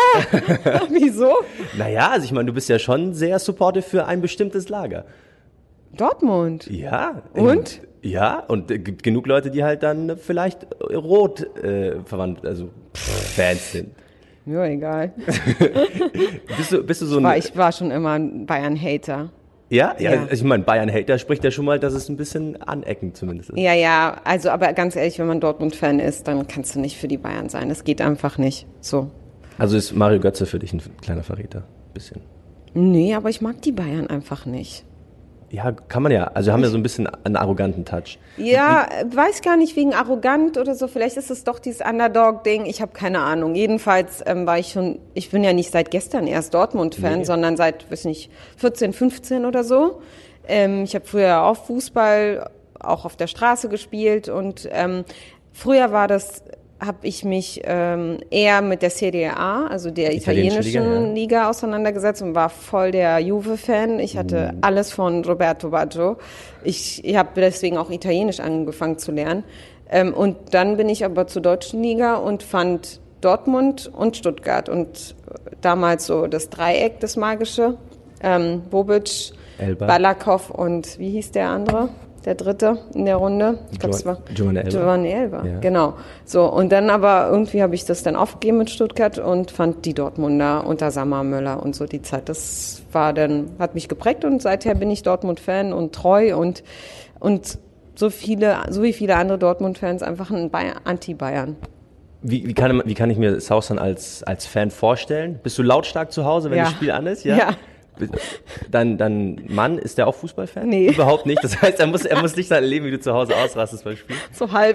Wieso? Naja, also ich meine, du bist ja schon sehr supportive für ein bestimmtes Lager. Dortmund? Ja. Und? Ja, und es gibt genug Leute, die halt dann vielleicht rot äh, verwandt, also Fans sind. Ja, egal. bist, du, bist du so ich, ein... war, ich war schon immer ein Bayern-Hater. Ja? Ja, ja. Ich meine, Bayern-Hater spricht ja schon mal, dass es ein bisschen aneckend zumindest ist. Ja, ja, also aber ganz ehrlich, wenn man Dortmund-Fan ist, dann kannst du nicht für die Bayern sein. Das geht einfach nicht. So. Also ist Mario Götze für dich ein kleiner Verräter? Bisschen. Nee, aber ich mag die Bayern einfach nicht. Ja, kann man ja. Also haben wir so ein bisschen einen arroganten Touch. Ja, Wie, weiß gar nicht wegen arrogant oder so. Vielleicht ist es doch dieses Underdog-Ding. Ich habe keine Ahnung. Jedenfalls ähm, war ich schon, ich bin ja nicht seit gestern erst Dortmund-Fan, nee. sondern seit, weiß nicht, vierzehn, fünfzehn oder so. Ähm, ich habe früher auch Fußball, auch auf der Straße gespielt und ähm, früher war das... habe ich mich ähm, eher mit der Serie A, also der italienischen Liga, ja. Liga, auseinandergesetzt und war voll der Juve-Fan. Ich hatte mm. alles von Roberto Baggio. Ich, ich habe deswegen auch Italienisch angefangen zu lernen. Ähm, und dann bin ich aber zur deutschen Liga und fand Dortmund und Stuttgart und damals so das Dreieck, das Magische. Ähm, Bobic, Elba. Balakow und wie hieß der andere? Der dritte in der Runde. Ich glaube, es war Giovanni Elber. Giovanni Elber, ja. Genau. So, und dann aber irgendwie habe ich das dann aufgegeben mit Stuttgart und fand die Dortmunder unter Sammer Möller und so die Zeit. Das war dann, hat mich geprägt und seither bin ich Dortmund-Fan und treu und, und so viele, so wie viele andere Dortmund-Fans einfach ein Bayern, Anti-Bayern. Wie, wie, kann, wie kann ich mir Sausan als, als Fan vorstellen? Bist du lautstark zu Hause, wenn ja. das Spiel an ist? Ja. ja. Dein, dein Mann, ist der auch Fußballfan? Nee. Überhaupt nicht. Das heißt, er muss, er muss nicht sein Leben, wie du zu Hause ausrastest beim Spiel. So halb.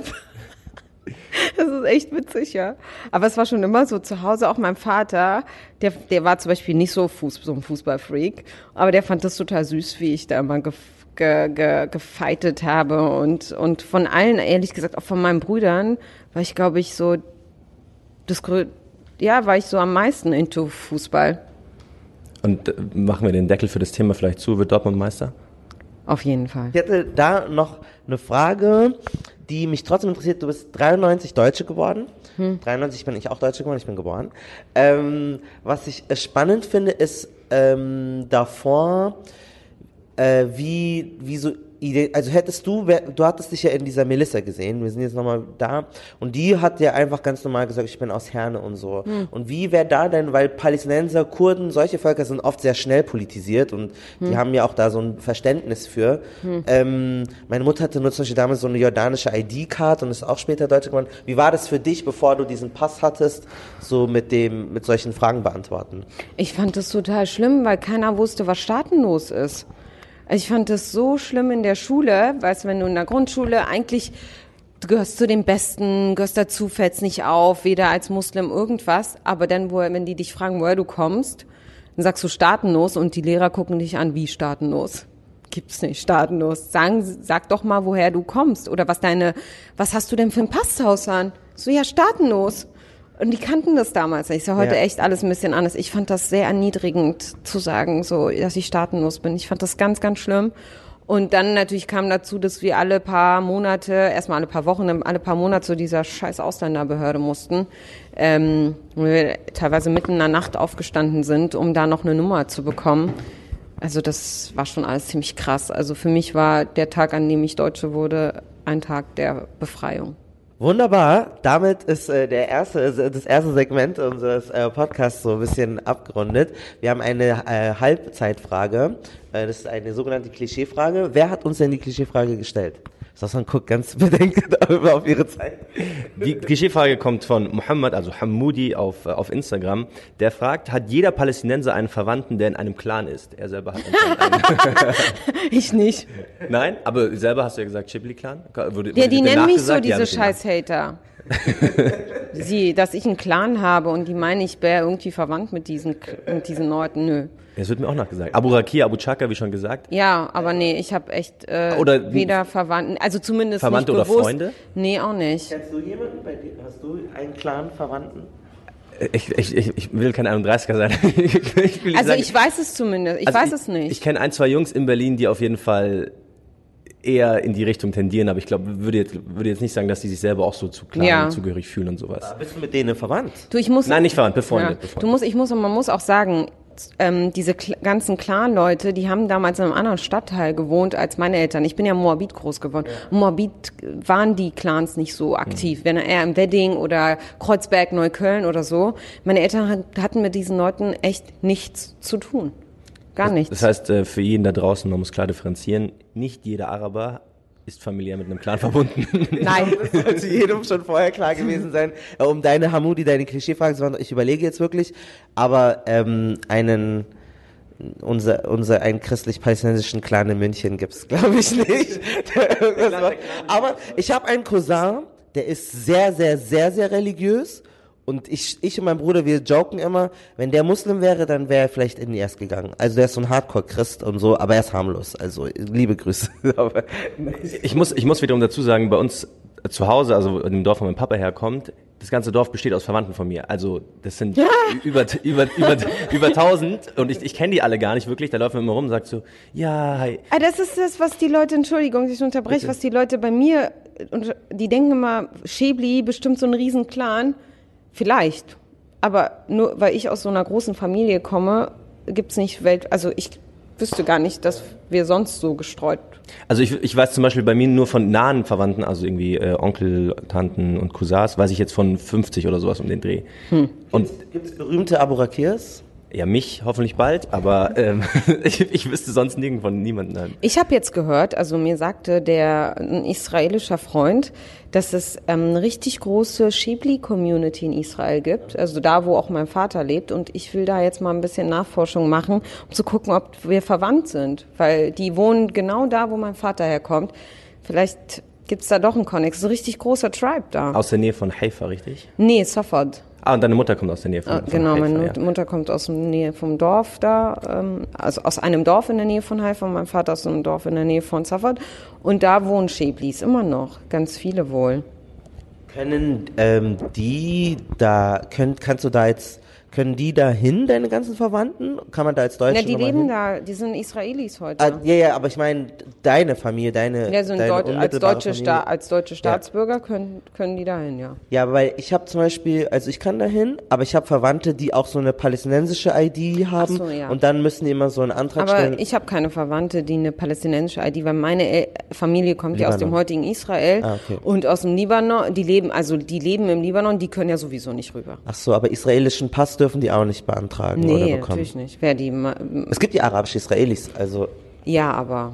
Das ist echt witzig, ja. Aber es war schon immer so zu Hause, auch mein Vater, der, der war zum Beispiel nicht so, Fuß, so ein Fußballfreak, aber der fand das total süß, wie ich da immer ge, ge, ge, gefeitet habe und, und von allen, ehrlich gesagt, auch von meinen Brüdern, war ich, glaube ich, so, das, ja, war ich so am meisten into Fußball. Und machen wir den Deckel für das Thema vielleicht zu, wird Dortmund Meister? Auf jeden Fall. Ich hätte da noch eine Frage, die mich trotzdem interessiert. Du bist dreiundneunzig Deutsche geworden. Hm. dreiundneunzig bin ich auch Deutsche geworden, ich bin geboren. Ähm, was ich spannend finde, ist ähm, davor, äh, wie, wie so, Idee, also hättest du, du hattest dich ja in dieser Melissa gesehen, wir sind jetzt nochmal da, und die hat ja einfach ganz normal gesagt, ich bin aus Herne und so. Hm. Und wie wäre da denn, weil Palästinenser, Kurden, solche Völker sind oft sehr schnell politisiert und hm. die haben ja auch da so ein Verständnis für. Hm. Ähm, meine Mutter hatte nur zum Beispiel damals so eine jordanische I D-Card und ist auch später Deutsche geworden. Wie war das für dich, bevor du diesen Pass hattest, so mit dem, mit solchen Fragen beantworten? Ich fand das total schlimm, weil keiner wusste, was staatenlos ist. Ich fand das so schlimm in der Schule, weißt du, wenn du in der Grundschule eigentlich, du gehörst zu den Besten, gehörst dazu, fällst nicht auf, weder als Muslim irgendwas, aber dann, wo, wenn die dich fragen, woher du kommst, dann sagst du staatenlos und die Lehrer gucken dich an, wie staatenlos? Gibt's nicht, staatenlos. Sagen, sag doch mal, woher du kommst oder was deine, was hast du denn für ein Passhaus an? So, ja, staatenlos. Und die kannten das damals nicht. Ist ja heute ja. echt alles ein bisschen anders. Ich fand das sehr erniedrigend zu sagen, so, dass ich staatenlos bin. Ich fand das ganz, ganz schlimm. Und dann natürlich kam dazu, dass wir alle paar Monate, erstmal alle paar Wochen, alle paar Monate zu dieser scheiß Ausländerbehörde mussten. Ähm, wir teilweise mitten in der Nacht aufgestanden sind, um da noch eine Nummer zu bekommen. Also das war schon alles ziemlich krass. Also für mich war der Tag, an dem ich Deutsche wurde, ein Tag der Befreiung. Wunderbar, damit ist äh, der erste, das erste Segment unseres äh, Podcasts so ein bisschen abgerundet. Wir haben eine äh, Halbzeitfrage, äh, das ist eine sogenannte Klischeefrage. Wer hat uns denn die Klischeefrage gestellt? Sassan guckt ganz bedenkt auf ihre Zeit. Die Klischeefrage kommt von Mohammed, also Hamoudi auf, auf Instagram. Der fragt, hat jeder Palästinenser einen Verwandten, der in einem Clan ist? Er selber hat einen. Ich nicht. Nein, aber selber hast du ja gesagt, Shibli-Clan? Wurde, ja, die nennen mich so, diese ja, Scheiß-Hater. Sie, dass ich einen Clan habe und die meinen, ich wäre irgendwie verwandt mit diesen, mit diesen Leuten. Nö. Das wird mir auch nachgesagt. Abu Rakia, Abu Chaka, wie schon gesagt. Ja, aber nee, ich habe echt äh, oder weder Verwandten, also zumindest Verwandte nicht bewusst. Oder Freunde? Nee, auch nicht. Kennst du jemanden bei dir? Hast du einen Clan, Verwandten? Ich, ich, ich, ich will kein einunddreißiger sein. ich, ich will also sagen, ich weiß es zumindest, ich also weiß ich, es nicht. Ich kenne ein, zwei Jungs in Berlin, die auf jeden Fall eher in die Richtung tendieren, aber ich glaube, würde jetzt, würde jetzt nicht sagen, dass die sich selber auch so zu Clan ja. zugehörig fühlen und sowas. Aber bist du mit denen verwandt? Du, ich muss, Nein, nicht verwandt, befreundet. Ja. befreundet. Du musst, ich muss, und man muss auch sagen, ähm, diese Kl- ganzen Clan-Leute, die haben damals in einem anderen Stadtteil gewohnt als meine Eltern. Ich bin ja in Moabit groß geworden. Ja. In Moabit waren die Clans nicht so aktiv, mhm. wenn eher im Wedding oder Kreuzberg, Neukölln oder so. Meine Eltern hat, hatten mit diesen Leuten echt nichts zu tun. Gar das, nichts. Das heißt, für jeden da draußen, man muss klar differenzieren, nicht jeder Araber ist familiär mit einem Clan verbunden. Nein. Das sollte jedem schon vorher klar gewesen sein. Um deine Hamoudi, deine Klischeefrage zu beantworten, ich überlege jetzt wirklich, aber ähm, einen, unser, unser, einen christlich-palästinensischen Clan in München gibt's, glaube ich, nicht. Aber ich habe einen Cousin, der ist sehr, sehr, sehr, sehr religiös. Und ich, ich und mein Bruder, wir joken immer, wenn der Muslim wäre, dann wäre er vielleicht in die erst gegangen. Also der ist so ein Hardcore-Christ und so, aber er ist harmlos. Also liebe Grüße. ich muss, ich muss wiederum dazu sagen, bei uns zu Hause, also in dem Dorf, wo mein Papa herkommt, das ganze Dorf besteht aus Verwandten von mir. Also das sind ja. über, über, über, über tausend und ich, ich kenne die alle gar nicht wirklich. Da laufen wir immer rum und sagt so, ja, hi. Das ist das, was die Leute, Entschuldigung, ich unterbreche, Bitte. was die Leute bei mir, die denken immer, Schäbli, bestimmt so ein riesen Clan. Vielleicht, aber nur weil ich aus so einer großen Familie komme, gibt's nicht Welt, also ich wüsste gar nicht, dass wir sonst so gestreut. Also ich, ich weiß zum Beispiel bei mir nur von nahen Verwandten, also irgendwie äh, Onkel, Tanten und Cousins, weiß ich jetzt von fünfzig oder sowas um den Dreh. Hm. Und gibt's berühmte Abu Rakirs? Ja, mich hoffentlich bald, aber ähm, ich, ich wüsste sonst nirgend von niemandem. Ich habe jetzt gehört, also mir sagte der ein israelischer Freund, dass es ähm, eine richtig große Shibli-Community in Israel gibt, also da, wo auch mein Vater lebt. Und ich will da jetzt mal ein bisschen Nachforschung machen, um zu gucken, ob wir verwandt sind, weil die wohnen genau da, wo mein Vater herkommt. Vielleicht gibt's da doch einen Connex, so ein richtig großer Tribe da. Aus der Nähe von Haifa, richtig? Nee, Safad. Ah, und deine Mutter kommt aus der Nähe von, ah, von genau, Haifa. Genau, meine ja. Mutter kommt aus der Nähe vom Dorf da, ähm, also aus einem Dorf in der Nähe von Haifa, und mein Vater aus einem Dorf in der Nähe von Safad. Und da wohnen Schäblis immer noch, ganz viele wohl. Können ähm, die da, können, kannst du da jetzt, können die da hin, deine ganzen Verwandten? Kann man da als Deutsche Ja, die nochmal leben hin? da, die sind Israelis heute. Ah, ja, ja, aber ich meine, deine Familie, deine, ja, so ein deine Deut als, unmittelbare deutsche Familie. Sta als deutsche Staatsbürger können, können die da hin, ja. Ja, weil ich habe zum Beispiel, also ich kann da hin, aber ich habe Verwandte, die auch so eine palästinensische I D haben. Ach so, ja. Und dann müssen die immer so einen Antrag Aber stellen. ich habe keine Verwandte, die eine palästinensische I D, weil meine El Familie kommt ja aus dem Libanon. heutigen Israel Ah, okay. und aus dem Libanon. Die leben, also die leben im Libanon, die können ja sowieso nicht rüber. Ach so, aber israelischen Pass dürfen die auch nicht beantragen oder Nee, bekommen. natürlich nicht. Wer die, ma- Es gibt ja arabische Israelis, also ja, aber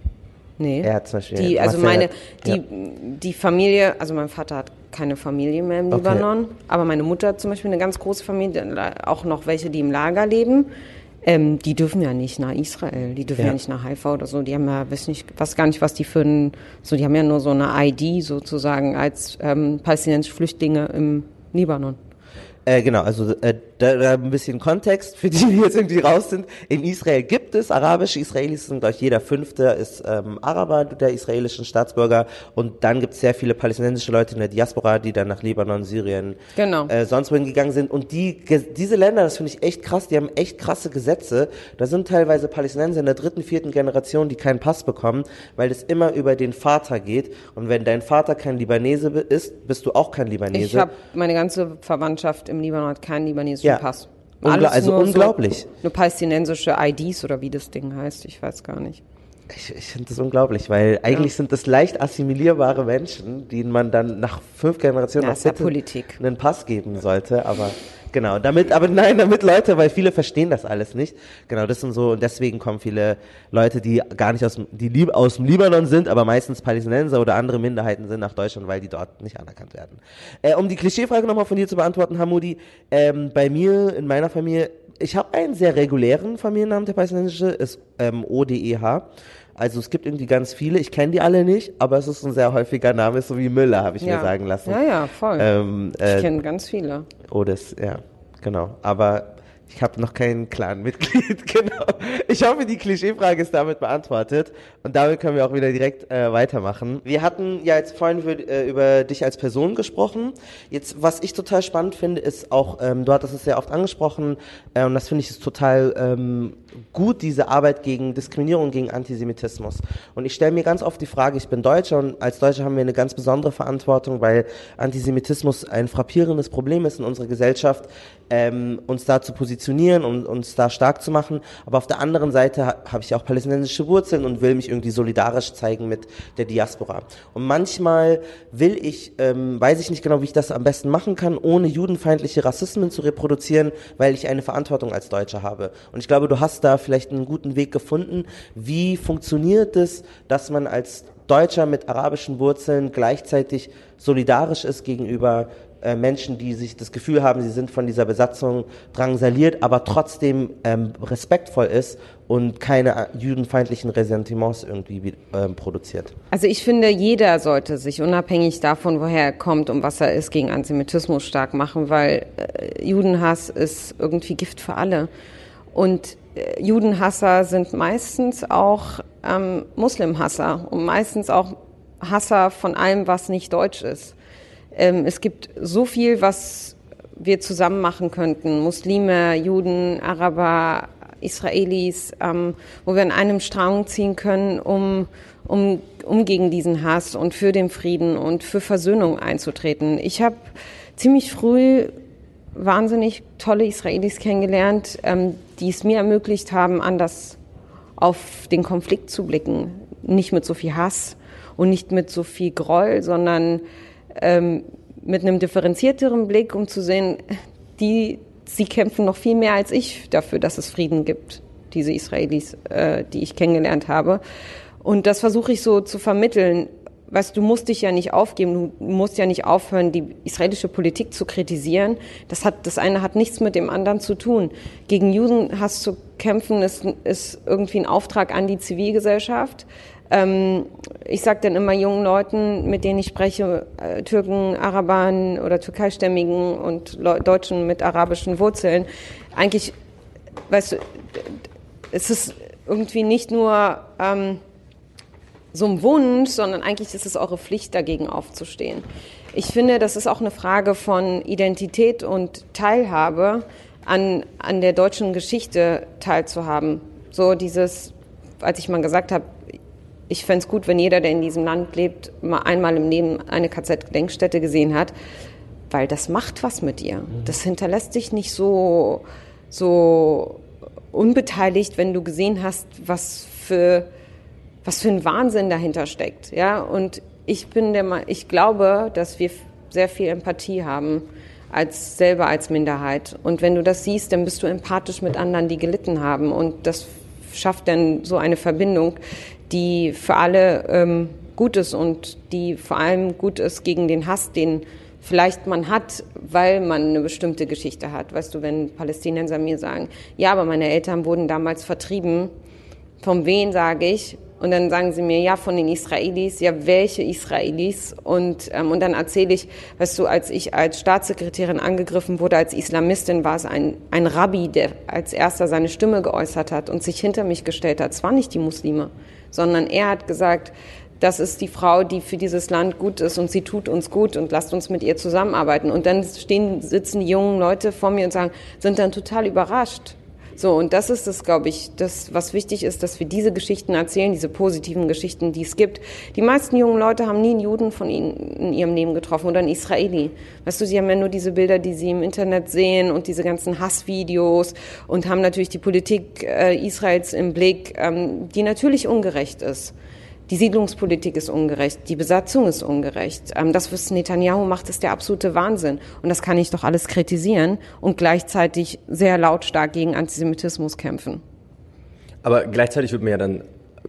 nee. er hat zum Beispiel. Die, also Marcel meine, hat- die, ja. die Familie, also mein Vater hat keine Familie mehr im Okay. Libanon, aber meine Mutter hat zum Beispiel eine ganz große Familie, auch noch welche, die im Lager leben. Ähm, die dürfen ja nicht nach Israel, die dürfen ja. Ja. nicht nach Haifa oder so. Die haben ja, weiß nicht, weiß gar nicht, was die für ein, so, die haben ja nur so eine I D sozusagen als ähm, palästinensische Flüchtlinge im Libanon. Äh, genau, also äh, da, da ein bisschen Kontext für die, die jetzt irgendwie raus sind. In Israel gibt es arabische Israelis, sind glaube ich jeder Fünfte ist ähm, Araber der israelischen Staatsbürger und dann gibt es sehr viele palästinensische Leute in der Diaspora, die dann nach Libanon, Syrien, Genau. äh, sonst wohin gegangen sind und die diese Länder, das finde ich echt krass, die haben echt krasse Gesetze. Da sind teilweise Palästinenser in der dritten, vierten Generation, die keinen Pass bekommen, weil es immer über den Vater geht und wenn dein Vater kein Libanese ist, bist du auch kein Libanese. Ich habe meine ganze Verwandtschaft im Libanon hat keinen libanesischen Ja. Pass. Ungla- Alles also nur unglaublich. So, nur palästinensische I Ds oder wie das Ding heißt, ich weiß gar nicht. Ich, ich finde das unglaublich, weil eigentlich Ja. sind das leicht assimilierbare Menschen, denen man dann nach fünf Generationen Ja, auch ist ja bitte Politik. einen Pass geben sollte, aber genau, damit, aber nein, damit Leute, weil viele verstehen das alles nicht. Genau, das sind so, und deswegen kommen viele Leute, die gar nicht aus dem, die Lib aus dem Libanon sind, aber meistens Palästinenser oder andere Minderheiten sind nach Deutschland, weil die dort nicht anerkannt werden. Äh, um die Klischeefrage nochmal von dir zu beantworten, Hamoudi, ähm, bei mir, in meiner Familie, ich habe einen sehr regulären Familiennamen, der palästinensische, ist ähm, O D E H. Also es gibt irgendwie ganz viele, ich kenne die alle nicht, aber es ist ein sehr häufiger Name, so wie Müller, habe ich Ja. mir sagen lassen. Ja, ja, voll. Ähm, ich äh, kenne ganz viele. Oh, das, ja, genau. Aber ich habe noch kein Clan-Mitglied, genau. Ich hoffe, die Klischeefrage ist damit beantwortet. Und damit können wir auch wieder direkt äh, weitermachen. Wir hatten ja jetzt vorhin für, äh, über dich als Person gesprochen. Jetzt, was ich total spannend finde, ist auch, ähm, du hattest es sehr oft angesprochen, äh, und das finde ich ist total ähm, gut, diese Arbeit gegen Diskriminierung, gegen Antisemitismus. Und ich stelle mir ganz oft die Frage, ich bin Deutscher und als Deutsche haben wir eine ganz besondere Verantwortung, weil Antisemitismus ein frappierendes Problem ist in unserer Gesellschaft, ähm, uns da zu positionieren und uns da stark zu machen. Aber auf der anderen Seite ha- habe ich auch palästinensische Wurzeln und will mich irgendwie solidarisch zeigen mit der Diaspora. Und manchmal will ich, ähm, weiß ich nicht genau, wie ich das am besten machen kann, ohne judenfeindliche Rassismen zu reproduzieren, weil ich eine Verantwortung als Deutscher habe. Und ich glaube, du hast da vielleicht einen guten Weg gefunden. Wie funktioniert es, dass man als Deutscher mit arabischen Wurzeln gleichzeitig solidarisch ist gegenüber äh, Menschen, die sich das Gefühl haben, sie sind von dieser Besatzung drangsaliert, aber trotzdem ähm, respektvoll ist und keine äh, judenfeindlichen Ressentiments irgendwie ähm, produziert? Also ich finde, jeder sollte sich unabhängig davon, woher er kommt und was er ist, gegen Antisemitismus stark machen, weil äh, Judenhass ist irgendwie Gift für alle. Und äh, Judenhasser sind meistens auch ähm, Muslimhasser und meistens auch Hasser von allem, was nicht deutsch ist. Ähm, es gibt so viel, was wir zusammen machen könnten. Muslime, Juden, Araber, Israelis, ähm, wo wir an einem Strang ziehen können, um, um, um gegen diesen Hass und für den Frieden und für Versöhnung einzutreten. Ich habe ziemlich früh wahnsinnig tolle Israelis kennengelernt, ähm, die es mir ermöglicht haben, anders auf den Konflikt zu blicken. Nicht mit so viel Hass und nicht mit so viel Groll, sondern ähm, mit einem differenzierteren Blick, um zu sehen, die, sie kämpfen noch viel mehr als ich dafür, dass es Frieden gibt, diese Israelis, äh, die ich kennengelernt habe. Und das versuche ich so zu vermitteln. Weißt du, du musst dich ja nicht aufgeben, du musst ja nicht aufhören, die israelische Politik zu kritisieren. Das hat, das eine hat nichts mit dem anderen zu tun. Gegen Judenhass zu kämpfen ist, ist irgendwie ein Auftrag an die Zivilgesellschaft. Ähm, ich sage dann immer jungen Leuten, mit denen ich spreche, äh, Türken, Arabern oder Türkeistämmigen und Leu- Deutschen mit arabischen Wurzeln, eigentlich, weißt du, es ist irgendwie nicht nur ähm, so ein Wunsch, sondern eigentlich ist es eure Pflicht, dagegen aufzustehen. Ich finde, das ist auch eine Frage von Identität und Teilhabe. an, an der deutschen Geschichte teilzuhaben. So dieses, als ich mal gesagt habe, ich fände es gut, wenn jeder, der in diesem Land lebt, mal einmal im Leben eine K Z-Gedenkstätte gesehen hat, weil das macht was mit ihr. Das hinterlässt dich nicht so, so unbeteiligt, wenn du gesehen hast, was für, was für ein Wahnsinn dahinter steckt. Ja? Und ich bin der, ich glaube, dass wir sehr viel Empathie haben, als selber als Minderheit. Und wenn du das siehst, dann bist du empathisch mit anderen, die gelitten haben. Und das schafft dann so eine Verbindung, die für alle ähm, gut ist und die vor allem gut ist gegen den Hass, den vielleicht man hat, weil man eine bestimmte Geschichte hat. Weißt du, wenn Palästinenser mir sagen, ja, aber meine Eltern wurden damals vertrieben, von wen, sage ich, und dann sagen sie mir, ja, von den Israelis, ja, welche Israelis? Und, ähm, und dann erzähle ich, weißt du, als ich als Staatssekretärin angegriffen wurde, als Islamistin, war es ein, ein Rabbi, der als erster seine Stimme geäußert hat und sich hinter mich gestellt hat. Es waren nicht die Muslime, sondern er hat gesagt, das ist die Frau, die für dieses Land gut ist und sie tut uns gut und lasst uns mit ihr zusammenarbeiten. Und dann stehen, sitzen die jungen Leute vor mir und sagen, sind dann total überrascht. So, und das ist es, glaube ich, das, was wichtig ist, dass wir diese Geschichten erzählen, diese positiven Geschichten, die es gibt. Die meisten jungen Leute haben nie einen Juden von ihnen in ihrem Leben getroffen oder einen Israeli. Weißt du, sie haben ja nur diese Bilder, die sie im Internet sehen und diese ganzen Hassvideos und haben natürlich die Politik äh, Israels im Blick, ähm, die natürlich ungerecht ist. Die Siedlungspolitik ist ungerecht, die Besatzung ist ungerecht. Ähm, das, was Netanyahu macht, ist der absolute Wahnsinn. Und das kann ich doch alles kritisieren und gleichzeitig sehr lautstark gegen Antisemitismus kämpfen. Aber gleichzeitig wird mir ja dann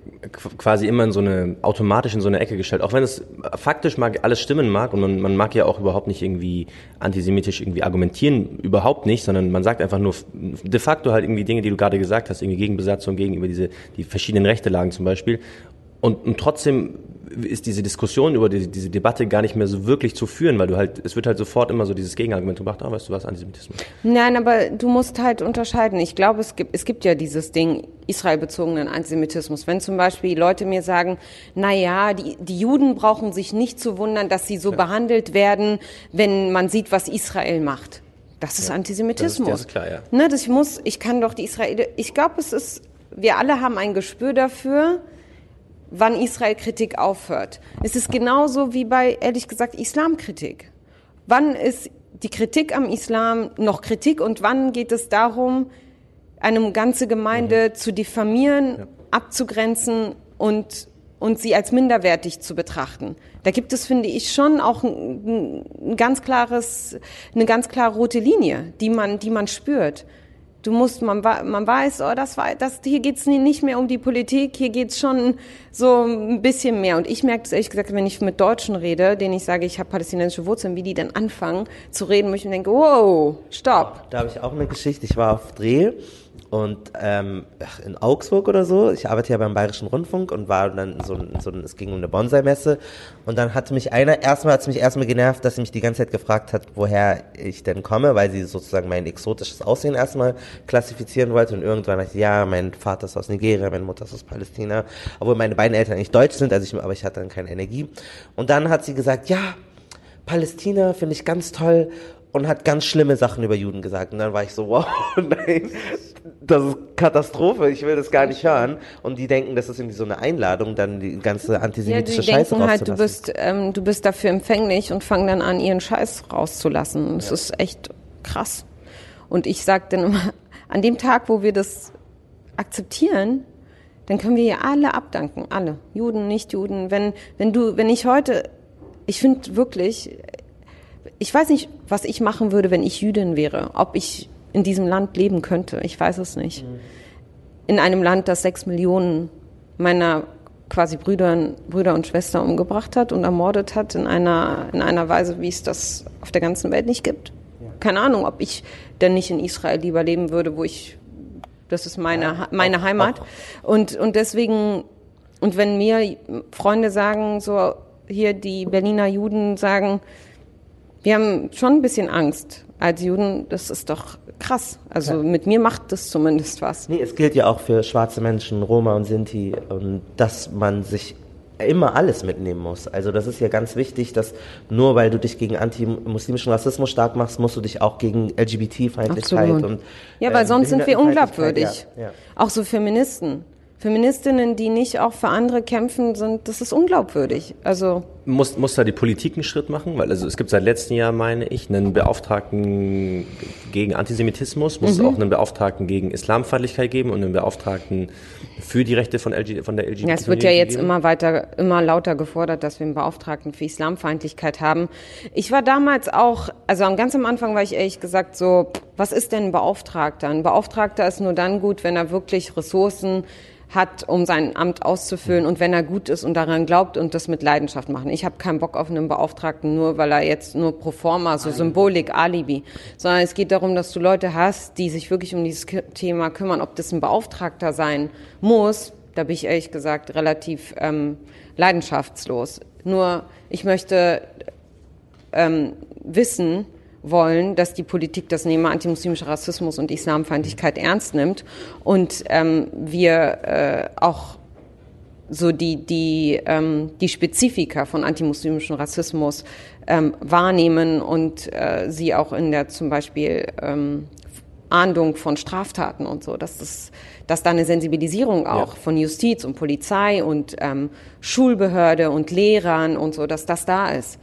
quasi immer in so eine, automatisch in so eine Ecke gestellt. Auch wenn es faktisch mag, alles stimmen mag und man, man mag ja auch überhaupt nicht irgendwie antisemitisch irgendwie argumentieren, überhaupt nicht, sondern man sagt einfach nur de facto halt irgendwie Dinge, die du gerade gesagt hast, irgendwie gegen Besatzung, gegenüber diese, die verschiedenen Rechtelagen zum Beispiel. Und, und trotzdem ist diese Diskussion über die, diese Debatte gar nicht mehr so wirklich zu führen, weil du halt, es wird halt sofort immer so dieses Gegenargument gebracht, ah, weißt du was, Antisemitismus. Nein, aber du musst halt unterscheiden. Ich glaube, es gibt, es gibt ja dieses Ding, israelbezogenen Antisemitismus. Wenn zum Beispiel Leute mir sagen, na ja, die, die Juden brauchen sich nicht zu wundern, dass sie so ja. behandelt werden, wenn man sieht, was Israel macht. Das ist ja. Antisemitismus. Das ist, das ist klar, ja. Ne, das ich muss, ich kann doch die Israel, ich glaube, es ist, wir alle haben ein Gespür dafür, wann Israel-Kritik aufhört. Es ist genauso wie bei, ehrlich gesagt, Islamkritik. Wann ist die Kritik am Islam noch Kritik und wann geht es darum, eine ganze Gemeinde mhm. zu diffamieren, ja. abzugrenzen und, und sie als minderwertig zu betrachten? Da gibt es, finde ich, schon auch ein, ein ganz klares, eine ganz klare rote Linie, die man, die man spürt. Du musst, man, man weiß, oh, das war, das, hier geht's nicht mehr um die Politik, hier geht's schon so ein bisschen mehr. Und ich merke das ehrlich gesagt, wenn ich mit Deutschen rede, denen ich sage, ich habe palästinensische Wurzeln, wie die dann anfangen zu reden, wo ich mir denke, wow, stopp. Da habe ich auch eine Geschichte. Ich war auf Dreh und ähm, in Augsburg oder so. Ich arbeite ja beim Bayerischen Rundfunk und war dann so, so es ging um eine Bonsai-Messe und dann hatte mich einer, erstmal hat es mich erstmal genervt, dass sie mich die ganze Zeit gefragt hat, woher ich denn komme, weil sie sozusagen mein exotisches Aussehen erstmal klassifizieren wollte und irgendwann dachte ich, ja, mein Vater ist aus Nigeria, meine Mutter ist aus Palästina, obwohl meine beiden Eltern nicht deutsch sind, also ich, aber ich hatte dann keine Energie. Und dann hat sie gesagt, ja, Palästina finde ich ganz toll und hat ganz schlimme Sachen über Juden gesagt. Und dann war ich so, wow, nein, das ist Katastrophe, ich will das gar nicht hören. Und die denken, das ist irgendwie so eine Einladung, dann die ganze antisemitische ja, die Scheiße denken rauszulassen. Halt, du bist, ähm, du bist dafür empfänglich und fangen dann an, ihren Scheiß rauszulassen. Das ja. ist echt krass. Und ich sag dann immer, an dem Tag, wo wir das akzeptieren, dann können wir hier alle abdanken, alle, Juden, Nicht-Juden. Wenn, wenn du, wenn ich heute, ich finde wirklich, ich weiß nicht, was ich machen würde, wenn ich Jüdin wäre, ob ich in diesem Land leben könnte. Ich weiß es nicht. Mhm. In einem Land, das sechs Millionen meiner quasi Brüder, Brüder und Schwestern umgebracht hat und ermordet hat in einer, in einer Weise, wie es das auf der ganzen Welt nicht gibt. Ja. Keine Ahnung, ob ich denn nicht in Israel lieber leben würde, wo ich, das ist meine, ja, meine auch, Heimat. Auch. Und, und deswegen, und wenn mir Freunde sagen, so hier die Berliner Juden sagen, wir haben schon ein bisschen Angst als Juden, das ist doch krass. Also ja. mit mir macht das zumindest was. Nee, es gilt ja auch für schwarze Menschen, Roma und Sinti, und dass man sich immer alles mitnehmen muss. Also das ist ja ganz wichtig, dass nur weil du dich gegen antimuslimischen Rassismus stark machst, musst du dich auch gegen L G B T-Feindlichkeit und ja, weil äh, sonst sind wir unglaubwürdig. Ja, ja. Auch so Feministen. Feministinnen, die nicht auch für andere kämpfen, sind, das ist unglaubwürdig. Also Muss, muss da die Politik einen Schritt machen? Weil also es gibt seit letztem Jahr, meine ich, einen Beauftragten gegen Antisemitismus, muss mhm. es auch einen Beauftragten gegen Islamfeindlichkeit geben und einen Beauftragten für die Rechte von, L G, von der L G B T. Ja, es wird ja jetzt geben. immer weiter, immer lauter gefordert, dass wir einen Beauftragten für Islamfeindlichkeit haben. Ich war damals auch, also ganz am Anfang war ich ehrlich gesagt so, was ist denn ein Beauftragter? Ein Beauftragter ist nur dann gut, wenn er wirklich Ressourcen hat, um sein Amt auszufüllen und wenn er gut ist und daran glaubt und das mit Leidenschaft machen. Ich habe keinen Bock auf einen Beauftragten, nur weil er jetzt nur pro forma, so Symbolik, Alibi, sondern es geht darum, dass du Leute hast, die sich wirklich um dieses Thema kümmern. Ob das ein Beauftragter sein muss, da bin ich ehrlich gesagt relativ ähm, leidenschaftslos. Nur ich möchte ähm, wissen, wollen, dass die Politik das Thema antimuslimischer Rassismus und Islamfeindlichkeit ernst nimmt und ähm, wir äh, auch so die die ähm, die Spezifika von antimuslimischem Rassismus ähm, wahrnehmen und äh, sie auch in der zum Beispiel ähm, Ahndung von Straftaten und so, dass das, dass da eine Sensibilisierung auch ja. von Justiz und Polizei und ähm, Schulbehörde und Lehrern und so, dass das da ist,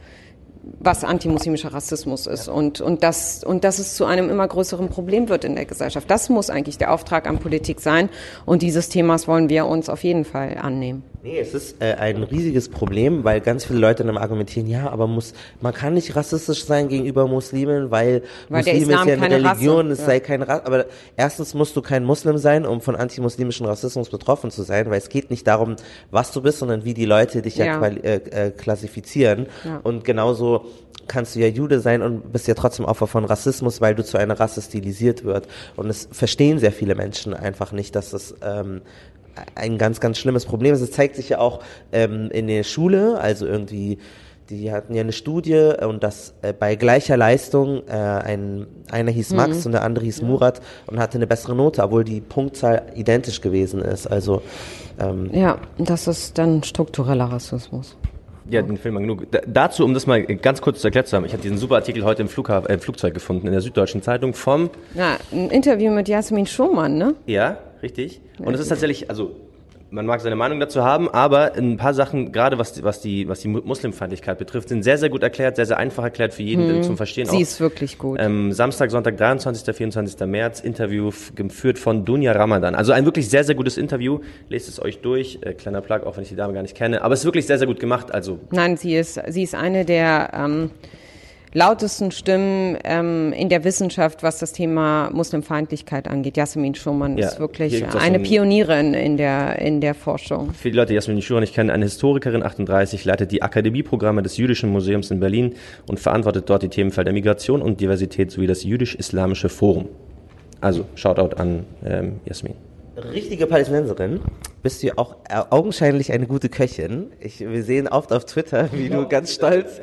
was antimuslimischer Rassismus ist ja. und und das und dass es zu einem immer größeren Problem wird in der Gesellschaft. Das muss eigentlich der Auftrag an Politik sein und dieses Themas wollen wir uns auf jeden Fall annehmen. Nee, es ist äh, ein riesiges Problem, weil ganz viele Leute dann argumentieren, ja, aber muss man kann nicht rassistisch sein gegenüber Muslimen, weil, weil Muslime ist ja eine Religion, Rasse. es ja. sei keine Rasse. Aber erstens musst du kein Muslim sein, um von antimuslimischen Rassismus betroffen zu sein, weil es geht nicht darum, was du bist, sondern wie die Leute dich ja, ja quali- äh, äh, klassifizieren. Ja. Und genauso kannst du ja Jude sein und bist ja trotzdem Opfer von Rassismus, weil du zu einer Rasse stilisiert wird. Und es verstehen sehr viele Menschen einfach nicht, dass das ähm, ein ganz, ganz schlimmes Problem ist. Es zeigt sich ja auch ähm, in der Schule, also irgendwie, die hatten ja eine Studie und dass äh, bei gleicher Leistung äh, ein, einer hieß Max mhm. und der andere hieß ja. Murat und hatte eine bessere Note, obwohl die Punktzahl identisch gewesen ist. Also ähm, ja, das ist dann struktureller Rassismus. Ja, den Film mal genug. Da, dazu, um das mal ganz kurz erklärt zu haben, ich habe diesen super Artikel heute im Flughafen, äh, Flugzeug gefunden, in der Süddeutschen Zeitung vom... Ja, ein Interview mit Jasmin Schumann, ne? Ja, richtig. Und es ist tatsächlich, also man mag seine Meinung dazu haben, aber ein paar Sachen, gerade was, was die, was die Muslimfeindlichkeit betrifft, sind sehr, sehr gut erklärt, sehr, sehr einfach erklärt für jeden hm. zum Verstehen. Sie auch. ist wirklich gut. Ähm, Samstag, Sonntag, dreiundzwanzigster, vierundzwanzigster März, Interview f- geführt von Dunja Ramadan. Also ein wirklich sehr, sehr gutes Interview. Lest es euch durch. Äh, kleiner Plug, auch wenn ich die Dame gar nicht kenne. Aber es ist wirklich sehr, sehr gut gemacht. Also Nein, sie ist, sie ist eine der ähm, lautesten Stimmen ähm, in der Wissenschaft, was das Thema Muslimfeindlichkeit angeht. Jasmin Schumann ja, ist wirklich eine Pionierin in der, in der Forschung. Für die Leute, die Jasmin Schumann nicht kennen, eine Historikerin, achtunddreißig, leitet die Akademieprogramme des Jüdischen Museums in Berlin und verantwortet dort die Themenfelder Migration und Diversität sowie das Jüdisch-Islamische Forum. Also, Shoutout an ähm, Jasmin. Richtige Palästinenserin, bist du auch äh, augenscheinlich eine gute Köchin. Ich, wir sehen oft auf Twitter, wie du ganz stolz,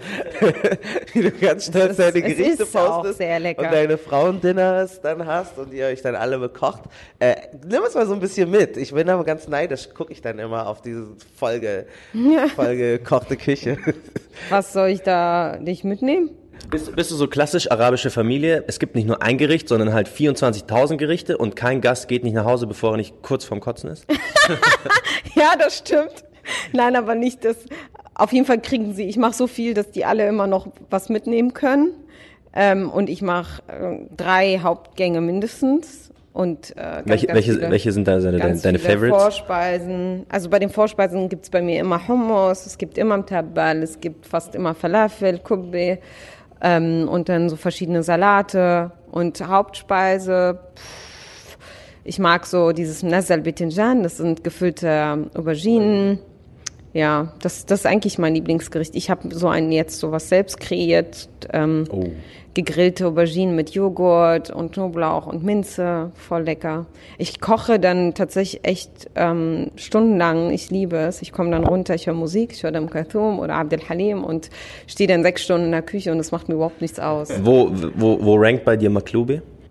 wie du ganz stolz ist, deine Gerichte postest sehr lecker. und deine Frauendinners dann hast und ihr euch dann alle bekocht. Äh, nimm uns mal so ein bisschen mit. Ich bin aber ganz neidisch, gucke ich dann immer auf diese Folge, ja. Folge gekochte Küche. Was soll ich da nicht mitnehmen? Bist, bist du so klassisch arabische Familie? Es gibt nicht nur ein Gericht, sondern halt vierundzwanzigtausend Gerichte und kein Gast geht nicht nach Hause, bevor er nicht kurz vorm Kotzen ist? Ja, das stimmt. Nein, aber nicht das. Auf jeden Fall kriegen sie, ich mache so viel, dass die alle immer noch was mitnehmen können. Ähm, und ich mache äh, drei Hauptgänge mindestens. Und, äh, ganz, welche, ganz welche, viele, welche sind da deine, ganz deine viele Favorites? Vorspeisen. Also bei den Vorspeisen gibt's bei mir immer Hummus, es gibt immer Tabbal, es gibt fast immer Falafel, Kubbe. Ähm, und dann so verschiedene Salate und Hauptspeise. Pff, ich mag so dieses Nasal Bitinjan, das sind gefüllte Auberginen. Ja, das, das ist eigentlich mein Lieblingsgericht. Ich habe so einen jetzt sowas selbst kreiert. Ähm, oh. Gegrillte Auberginen mit Joghurt und Knoblauch und Minze, voll lecker. Ich koche dann tatsächlich echt ähm, stundenlang, ich liebe es. Ich komme dann runter, ich höre Musik, ich höre dann Kathum oder Abdel Halim und stehe dann sechs Stunden in der Küche und das macht mir überhaupt nichts aus. Wo, wo, wo rankt bei dir Maklube?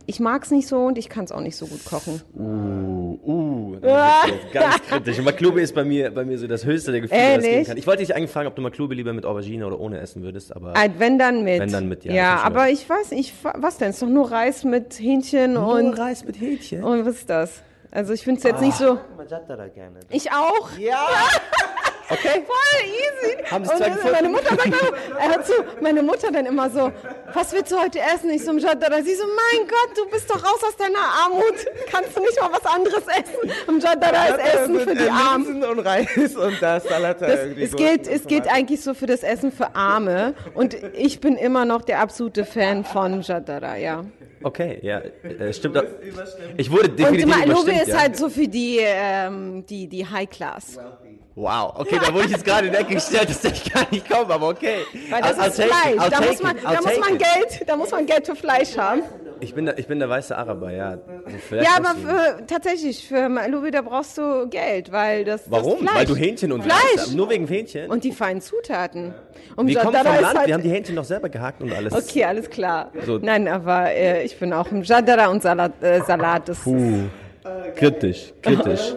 ich mag es nicht so und ich kann es auch nicht so gut kochen. Uh, uh, das ist jetzt ganz kritisch. Und Maklube ist bei mir, bei mir so das höchste der Gefühle, das es geben kann. Ich wollte dich eigentlich fragen, ob du Maklube lieber mit Aubergine oder ohne essen würdest, aber... Wenn dann mit. Wenn dann mit, ja. Ja, aber ich weiß nicht, was denn? Ist doch nur Reis mit Hähnchen nur und... Nur Reis mit Hähnchen? Und was ist das? Also ich finde es jetzt oh, nicht so... Majatara gerne. Ich auch. Ja. Okay. Voll easy. Haben Sie und zwei äh, meine Mutter sagt immer, hör zu, meine Mutter dann immer so, was willst du heute essen? Ich so, Mjadara. Sie so, mein Gott, du bist doch raus aus deiner Armut. Kannst du nicht mal was anderes essen? Mjadara ist Essen für die Armen. Und Reis und das Salat das, irgendwie. Es geht, es geht eigentlich so für das Essen für Arme. Und ich bin immer noch der absolute Fan von Mjadara, ja. Okay, ja, äh, stimmt. Auch. Ich wurde definitiv Und Maklube ist ja. halt so für die, ähm, die, die High Class. Wow, okay, da wurde ich jetzt gerade in die Ecke gestellt, das hätte ich gar nicht kommen, aber okay. Weil das I'll, ist I'll Fleisch, it, da muss man, it, da muss man Geld, da muss man Geld für Fleisch haben. Ich bin der, ich bin der weiße Araber, ja. Also ja, aber für, tatsächlich, für Maklube, da brauchst du Geld, weil das Warum? Das Fleisch. Weil du Hähnchen und Fleisch. Reis, nur wegen Hähnchen? Und die feinen Zutaten. Und wir kommen vom ist Land, halt wir haben die Hähnchen noch selber gehackt und alles. Okay, alles klar. So. Nein, aber äh, ich bin auch im Jadara und Salat, äh, Salat das Puh, kritisch, kritisch.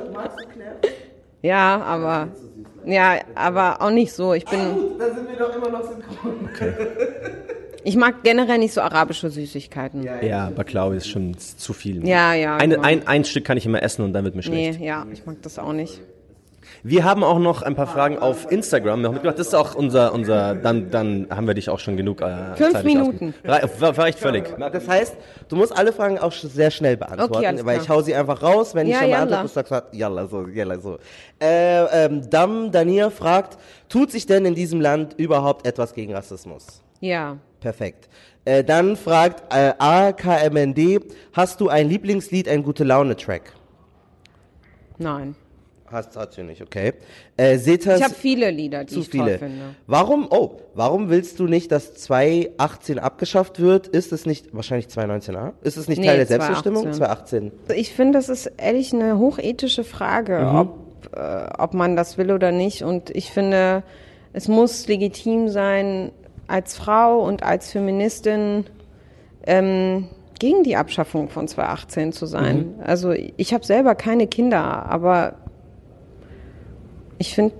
Ja, aber... Ja, aber auch nicht so. Ich bin. Da sind wir doch immer noch synchron. Okay. Ich mag generell nicht so arabische Süßigkeiten. Ja, ja Baklava ist schon zu viel. Ja, ja. Eine, genau. ein, ein Stück kann ich immer essen und dann wird mir schlecht. Nee, ja, ich mag das auch nicht. Wir haben auch noch ein paar Fragen auf Instagram noch mitgebracht. Das ist auch unser, unser dann, dann haben wir dich auch schon genug äh, Fünf Minuten. War, reicht völlig. Das heißt, du musst alle Fragen auch sehr schnell beantworten, okay, alles weil klar. ich hau sie einfach raus, wenn ja, ich schon yalla. beantworte, du sagst, yalla, so, yalla, so. Äh, ähm, Dam Danir fragt, tut sich denn in diesem Land überhaupt etwas gegen Rassismus? Ja. Perfekt. Äh, dann fragt äh, A K M N D, hast du ein Lieblingslied, ein Gute-Laune-Track? Nein. Hast, hast du nicht, okay. Äh, Setas, Ich habe viele Lieder, die zu ich viele. toll finde. Warum, oh, warum willst du nicht, dass zwanzig achtzehn abgeschafft wird? Ist es nicht, wahrscheinlich zwanzig neunzehn, ah? Ist es nicht Nee, Teil der Selbstbestimmung? zwanzig zwanzig achtzehn. Ich finde, das ist ehrlich eine hochethische Frage, Mhm. ob, äh, ob man das will oder nicht. Und ich finde, es muss legitim sein, als Frau und als Feministin ähm, gegen die Abschaffung von zwanzig achtzehn zu sein. Mhm. Also ich habe selber keine Kinder, aber ich finde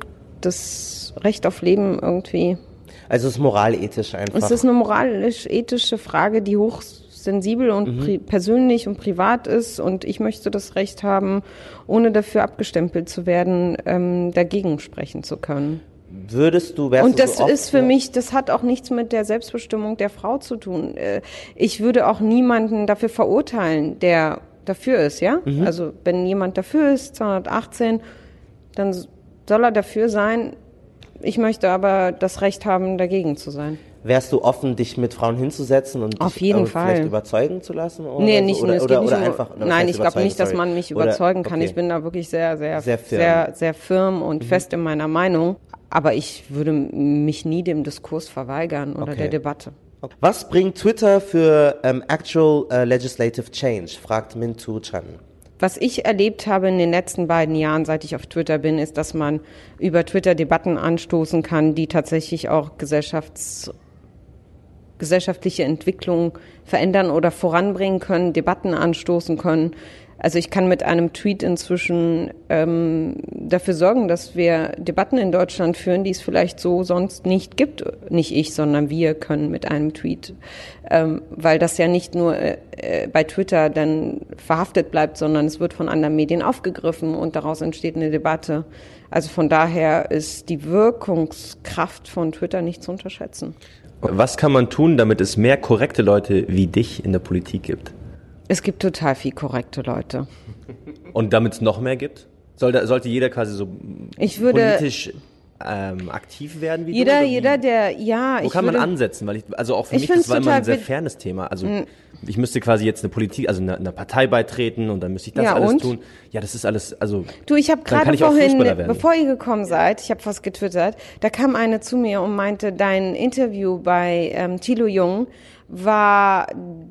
das Recht auf Leben irgendwie... Also es ist moralethisch einfach. Es ist eine moralisch-ethische Frage, die hochsensibel und mhm. pri- persönlich und privat ist. Und ich möchte das Recht haben, ohne dafür abgestempelt zu werden, ähm, dagegen sprechen zu können. Würdest du, wärst Und du das so oft, ist für ja? mich, das hat auch nichts mit der Selbstbestimmung der Frau zu tun. Äh, Ich würde auch niemanden dafür verurteilen, der dafür ist, ja? Mhm. Also wenn jemand dafür ist, zweihundertachtzehn, dann soll er dafür sein. Ich möchte aber das Recht haben, dagegen zu sein. Wärst du offen, dich mit Frauen hinzusetzen und Auf dich jeden äh, Fall. vielleicht überzeugen zu lassen? Oder Nee, so? nicht, oder, es oder, geht nicht oder um, einfach, oder was nein, heißt ich glaube überzeugen, nicht, dass sorry. man mich Oder- überzeugen kann. okay. Ich bin da wirklich sehr, sehr, Sehr firm. sehr, sehr firm und fest in meiner Meinung. Aber ich würde mich nie dem Diskurs verweigern oder Okay. der Debatte. Was bringt Twitter für ähm, Actual äh, Legislative Change? Fragt Mintu Chan. Was ich erlebt habe in den letzten beiden Jahren, seit ich auf Twitter bin, ist, dass man über Twitter Debatten anstoßen kann, die tatsächlich auch gesellschafts- gesellschaftliche Entwicklung verändern oder voranbringen können, Debatten anstoßen können. Also ich kann mit einem Tweet inzwischen ähm, dafür sorgen, dass wir Debatten in Deutschland führen, die es vielleicht so sonst nicht gibt. Nicht ich, sondern wir können mit einem Tweet. Ähm, weil das ja nicht nur äh, bei Twitter dann verhaftet bleibt, sondern es wird von anderen Medien aufgegriffen und daraus entsteht eine Debatte. Also von daher ist die Wirkungskraft von Twitter nicht zu unterschätzen. Was kann man tun, damit es mehr korrekte Leute wie dich in der Politik gibt? Es gibt total viel korrekte Leute. Und damit es noch mehr gibt? Soll da, sollte jeder quasi so Ich würde- politisch ähm, aktiv werden wie Jeder, du? oder wie? jeder, der, ja, Wo ich kann würde, man ansetzen? Weil ich, also auch für Ich mich, das find's war immer total ein sehr wit- fernes Thema. Also ich müsste quasi jetzt eine Politik, also einer eine Partei beitreten und dann müsste ich das Ja, alles und? tun. Ja, das ist alles, also Du, ich habe dann kann gerade ich auch vorhin, Fußballer werden. bevor ihr gekommen seid, ich habe was getwittert, da kam eine zu mir und meinte, dein Interview bei ähm, Thilo Jung war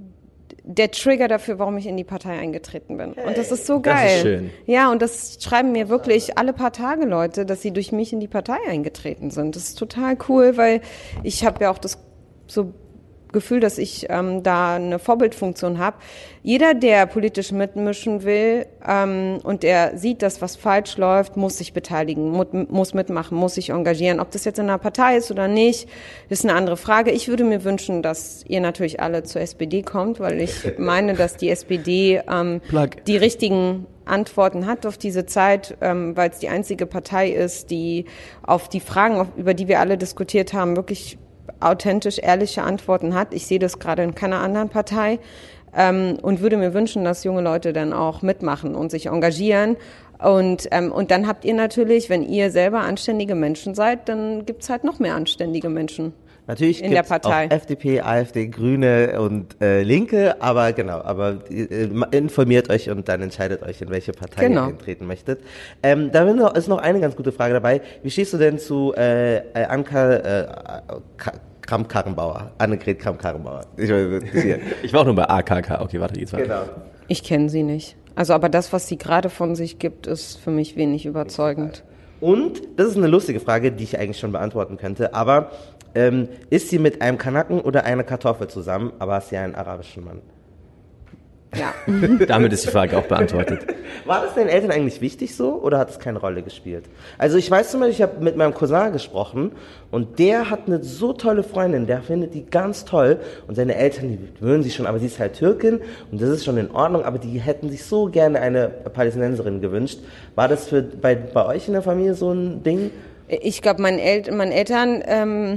der Trigger dafür, warum ich in die Partei eingetreten bin. Und das ist so Das geil. ist schön. Ja, und das schreiben mir wirklich alle paar Tage Leute, dass sie durch mich in die Partei eingetreten sind. Das ist total cool, weil ich habe ja auch das so Gefühl, dass ich ähm, da eine Vorbildfunktion habe. Jeder, der politisch mitmischen will ähm, und der sieht, dass was falsch läuft, muss sich beteiligen, mu- muss mitmachen, muss sich engagieren. Ob das jetzt in einer Partei ist oder nicht, ist eine andere Frage. Ich würde mir wünschen, dass ihr natürlich alle zur S P D kommt, weil ich meine, dass die S P D ähm, die richtigen Antworten hat auf diese Zeit, ähm, weil es die einzige Partei ist, die auf die Fragen, auf, über die wir alle diskutiert haben, wirklich authentisch, ehrliche Antworten hat. Ich sehe das gerade in keiner anderen Partei ähm, und würde mir wünschen, dass junge Leute dann auch mitmachen und sich engagieren. Und, ähm, und dann habt ihr natürlich, wenn ihr selber anständige Menschen seid, dann gibt's halt noch mehr anständige Menschen. Natürlich in der gibt's Partei. auch F D P, AfD, Grüne und äh, Linke, aber genau, aber äh, informiert euch und dann entscheidet euch, in welche Partei Genau. ihr eintreten möchtet. Ähm, da ist noch eine ganz gute Frage dabei. Wie stehst du denn zu äh, äh, Anka äh, Ka- Kramp-Karrenbauer, Annegret Kramp-Karrenbauer? Ich, Ich war auch nur bei A K K. Okay, warte, jetzt weiter. genau. Ich kenne sie nicht. Also, aber das, was sie gerade von sich gibt, ist für mich wenig überzeugend. Und, das ist eine lustige Frage, die ich eigentlich schon beantworten könnte, aber ähm, ist sie mit einem Kanaken oder einer Kartoffel zusammen, aber ist sie ein arabischen Mann? Ja. Damit ist die Frage auch beantwortet. War das deinen Eltern eigentlich wichtig so oder hat es keine Rolle gespielt? Also ich weiß zum Beispiel, ich habe mit meinem Cousin gesprochen und der hat eine so tolle Freundin, der findet die ganz toll und seine Eltern, die mögen sie schon, aber sie ist halt Türkin und das ist schon in Ordnung, aber die hätten sich so gerne eine Palästinenserin gewünscht. War das für bei, bei euch in der Familie so ein Ding? Ich glaube, meinen, El- meinen Eltern ähm,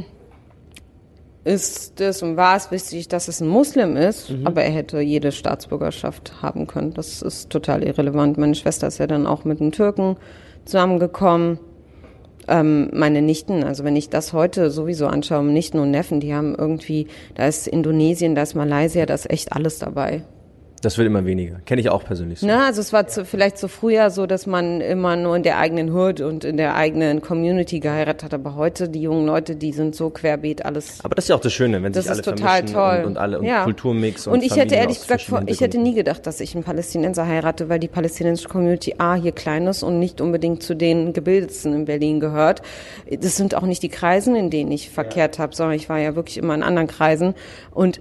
ist es und war es wichtig, dass es ein Muslim ist, mhm. aber er hätte jede Staatsbürgerschaft haben können. Das ist total irrelevant. Meine Schwester ist ja dann auch mit einem Türken zusammengekommen. Ähm, meine Nichten, also wenn ich das heute sowieso anschaue, Nichten und Neffen, die haben irgendwie, da ist Indonesien, da ist Malaysia, da ist echt alles dabei. Das wird immer weniger. Kenne ich auch persönlich so. Na, also es war zu, vielleicht zu früher so, dass man immer nur in der eigenen Hood und in der eigenen Community geheiratet hat, aber heute, die jungen Leute, die sind so querbeet alles. Aber das ist ja auch das Schöne, wenn Das sich alle ist total vermischen toll. und, und alle und Ja. Kulturmix und Und ich hätte Familien ehrlich aus gesagt, verschiedenen ich hätte Hintergründen. nie gedacht, dass ich einen Palästinenser heirate, weil die palästinensische Community A hier klein ist und nicht unbedingt zu den Gebildetsten in Berlin gehört. Das sind auch nicht die Kreisen, in denen ich verkehrt habe, sondern ich war ja wirklich immer in anderen Kreisen. Und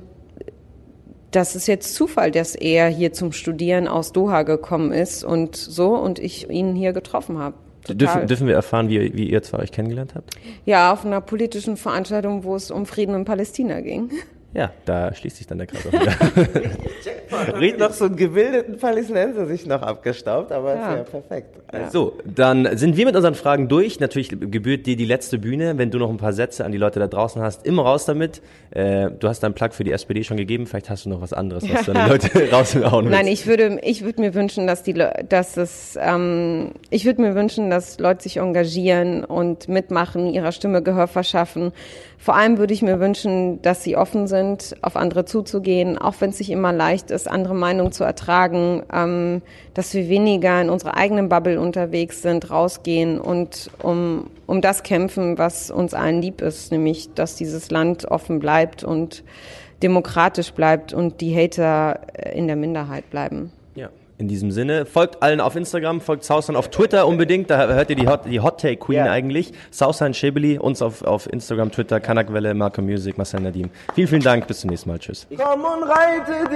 das ist jetzt Zufall, dass er hier zum Studieren aus Doha gekommen ist und so und ich ihn hier getroffen habe. Dürfen, dürfen wir erfahren, wie, wie ihr zwei euch kennengelernt habt? Ja, auf einer politischen Veranstaltung, wo es um Frieden in Palästina ging. Ja, da schließt sich dann der Kreis auch wieder. Red noch so einen gebildeten Palästinenser sich noch abgestaubt, aber Ja. ist ja perfekt. Ja. So, dann sind wir mit unseren Fragen durch. Natürlich gebührt dir die letzte Bühne. Wenn du noch ein paar Sätze an die Leute da draußen hast, immer raus damit. Äh, du hast deinen Plug für die S P D schon gegeben. Vielleicht hast du noch was anderes, was du an die Leute raushauen willst. Nein, ich würde, ich würde mir wünschen, dass die, Le- dass es, ähm, ich würde mir wünschen, dass Leute sich engagieren und mitmachen, ihrer Stimme Gehör verschaffen. Vor allem würde ich mir wünschen, dass sie offen sind, auf andere zuzugehen, auch wenn es nicht immer leicht ist, andere Meinungen zu ertragen, ähm, dass wir weniger in unserer eigenen Bubble unterwegs sind, rausgehen und um, um das kämpfen, was uns allen lieb ist, nämlich, dass dieses Land offen bleibt und demokratisch bleibt und die Hater in der Minderheit bleiben. Ja. In diesem Sinne, folgt allen auf Instagram, folgt Sausan auf Twitter unbedingt, da hört ihr die Hot, die Hot Take Queen Ja. eigentlich. Sausan Shebeli, uns auf, auf Instagram, Twitter, Kanakwelle, Malcolm Music, Marcel Nadim. Vielen, vielen Dank, bis zum nächsten Mal, tschüss. Komm und reite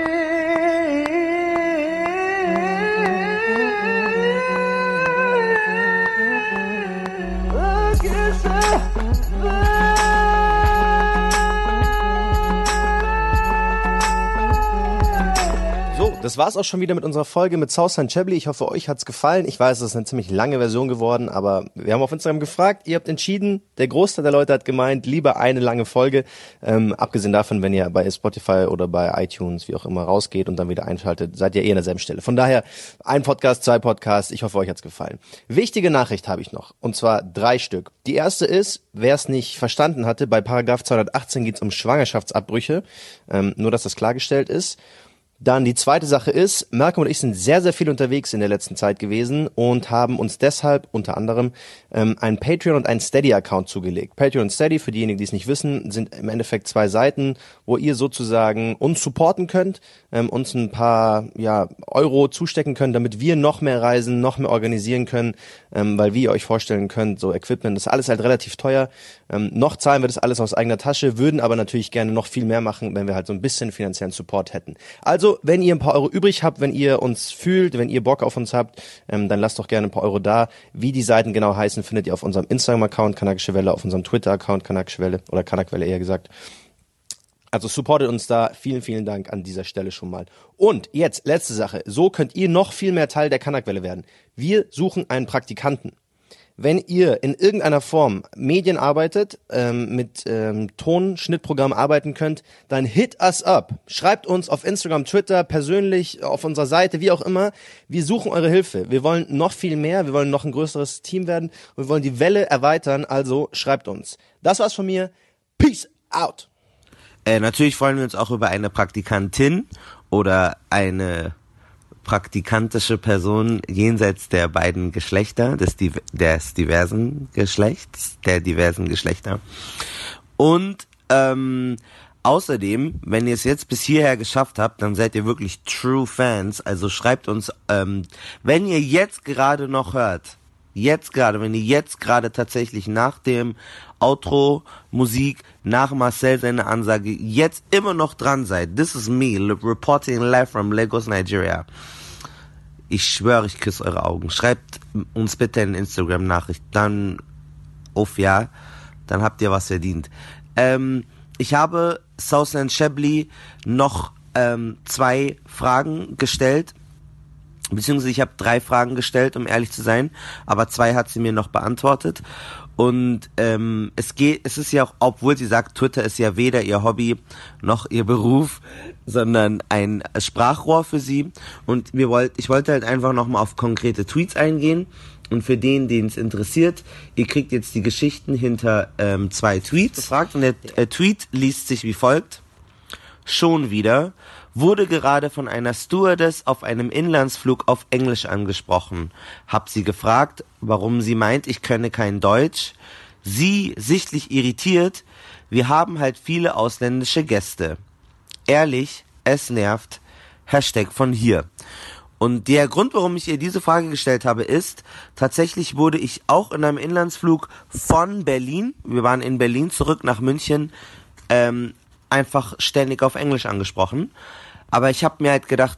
So, das war's auch schon wieder mit unserer Folge mit Sausan Shebeli. Ich hoffe, euch hat's gefallen. Ich weiß, es ist eine ziemlich lange Version geworden, aber wir haben auf Instagram gefragt, ihr habt entschieden, der Großteil der Leute hat gemeint, lieber eine lange Folge. Ähm, abgesehen davon, wenn ihr bei Spotify oder bei iTunes, wie auch immer, rausgeht und dann wieder einschaltet, seid ihr eh an derselben Stelle. Von daher, ein Podcast, zwei Podcasts, ich hoffe, euch hat's gefallen. Wichtige Nachricht habe ich noch, und zwar drei Stück. Die erste ist, wer es nicht verstanden hatte, bei Paragraph zweihundertachtzehn geht's um Schwangerschaftsabbrüche, ähm, nur dass das klargestellt ist. Dann die zweite Sache ist, Malcolm und ich sind sehr, sehr viel unterwegs in der letzten Zeit gewesen und haben uns deshalb unter anderem ähm, einen Patreon und einen Steady-Account zugelegt. Patreon und Steady, für diejenigen, die es nicht wissen, sind im Endeffekt zwei Seiten, wo ihr sozusagen uns supporten könnt, ähm, uns ein paar ja, Euro zustecken könnt, damit wir noch mehr reisen, noch mehr organisieren können, ähm, weil wie ihr euch vorstellen könnt, so Equipment, das ist alles halt relativ teuer. Ähm, noch zahlen wir das alles aus eigener Tasche, würden aber natürlich gerne noch viel mehr machen, wenn wir halt so ein bisschen finanziellen Support hätten. Also, wenn ihr ein paar Euro übrig habt, wenn ihr uns fühlt, wenn ihr Bock auf uns habt, ähm, dann lasst doch gerne ein paar Euro da. Wie die Seiten genau heißen, findet ihr auf unserem Instagram-Account Kanakische Welle, auf unserem Twitter-Account Kanakische Welle oder Kanakwelle eher gesagt. Also supportet uns da. Vielen, vielen Dank an dieser Stelle schon mal. Und jetzt, letzte Sache. So könnt ihr noch viel mehr Teil der Kanakwelle werden. Wir suchen einen Praktikanten. Wenn ihr in irgendeiner Form Medien arbeitet, ähm, mit ähm, Tonschnittprogramm arbeiten könnt, dann hit us up. Schreibt uns auf Instagram, Twitter, persönlich, auf unserer Seite, wie auch immer. Wir suchen eure Hilfe. Wir wollen noch viel mehr, wir wollen noch ein größeres Team werden und wir wollen die Welle erweitern, also schreibt uns. Das war's von mir. Peace out. Äh, natürlich freuen wir uns auch über eine Praktikantin oder eine praktikantische Person jenseits der beiden Geschlechter, des, des diversen Geschlechts, der diversen Geschlechter. Und ähm, außerdem, wenn ihr es jetzt bis hierher geschafft habt, dann seid ihr wirklich True Fans. Also schreibt uns, ähm, wenn ihr jetzt gerade noch hört, jetzt gerade, wenn ihr jetzt gerade tatsächlich nach dem Outro, Musik, nach Marcel seine Ansage, jetzt immer noch dran seid. This is me, reporting live from Lagos, Nigeria. Ich schwöre, ich küsse eure Augen. Schreibt uns bitte eine Instagram-Nachricht, dann auf ja, dann habt ihr was verdient. Ähm, ich habe Southland Shebly noch ähm, zwei Fragen gestellt, beziehungsweise ich habe drei Fragen gestellt, um ehrlich zu sein, aber zwei hat sie mir noch beantwortet. Und ähm, es geht, es ist ja auch, obwohl sie sagt, Twitter ist ja weder ihr Hobby noch ihr Beruf, sondern ein Sprachrohr für sie. Und wir wollt, ich wollte halt einfach nochmal auf konkrete Tweets eingehen. Und für den, den es interessiert, ihr kriegt jetzt die Geschichten hinter ähm, zwei Tweets gefragt. Und der äh, Tweet liest sich wie folgt: Schon wieder wurde gerade von einer Stewardess auf einem Inlandsflug auf Englisch angesprochen. Hab sie gefragt, warum sie meint, ich könne kein Deutsch. Sie, sichtlich irritiert, wir haben halt viele ausländische Gäste. Ehrlich, es nervt. Hashtag von hier. Und der Grund, warum ich ihr diese Frage gestellt habe, ist, tatsächlich wurde ich auch in einem Inlandsflug von Berlin, wir waren in Berlin, zurück nach München, ähm, einfach ständig auf Englisch angesprochen. Aber ich habe mir halt gedacht,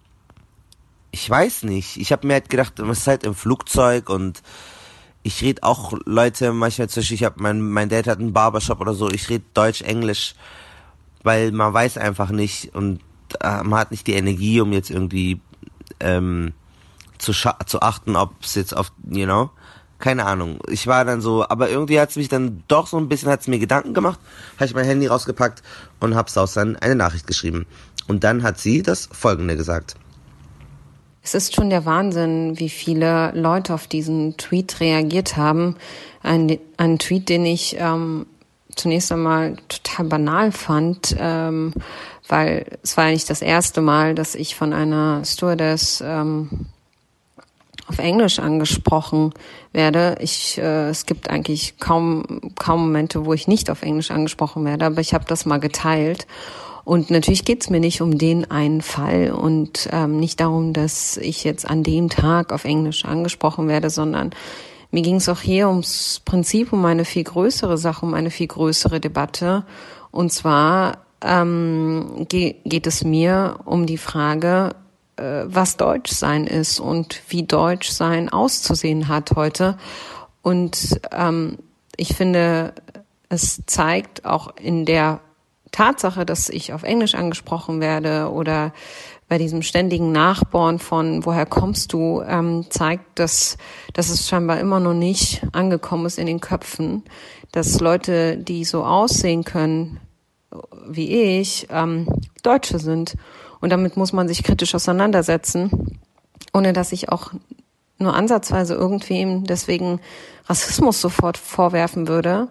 ich weiß nicht, ich habe mir halt gedacht, man ist halt im Flugzeug und ich rede auch Leute manchmal zwischen, ich habe mein mein Dad hat einen Barbershop oder so, ich rede Deutsch, Englisch, weil man weiß einfach nicht und äh, man hat nicht die Energie, um jetzt irgendwie ähm, zu scha- zu achten, ob es jetzt auf, you know, keine Ahnung. Ich war dann so, aber irgendwie hat es mich dann doch so ein bisschen, hat es mir Gedanken gemacht, habe ich mein Handy rausgepackt und habe Sausan eine Nachricht geschrieben. Und dann hat sie das Folgende gesagt. Es ist schon der Wahnsinn, wie viele Leute auf diesen Tweet reagiert haben. Ein, ein Tweet, den ich ähm, zunächst einmal total banal fand, ähm, weil es war ja nicht das erste Mal, dass ich von einer Stewardess ähm, auf Englisch angesprochen werde. Ich, äh, es gibt eigentlich kaum kaum Momente, wo ich nicht auf Englisch angesprochen werde, aber ich habe das mal geteilt. Und natürlich geht's mir nicht um den einen Fall und ähm, nicht darum, dass ich jetzt an dem Tag auf Englisch angesprochen werde, sondern mir ging's auch hier ums Prinzip, um eine viel größere Sache, um eine viel größere Debatte. Und zwar ähm, ge- geht es mir um die Frage, äh, was Deutschsein ist und wie Deutschsein auszusehen hat heute. Und ähm, ich finde, es zeigt auch in der Tatsache, dass ich auf Englisch angesprochen werde oder bei diesem ständigen Nachbohren von woher kommst du, ähm, zeigt, dass, dass es scheinbar immer noch nicht angekommen ist in den Köpfen, dass Leute, die so aussehen können wie ich, ähm, Deutsche sind. Und damit muss man sich kritisch auseinandersetzen, ohne dass ich auch nur ansatzweise irgendwem deswegen Rassismus sofort vorwerfen würde.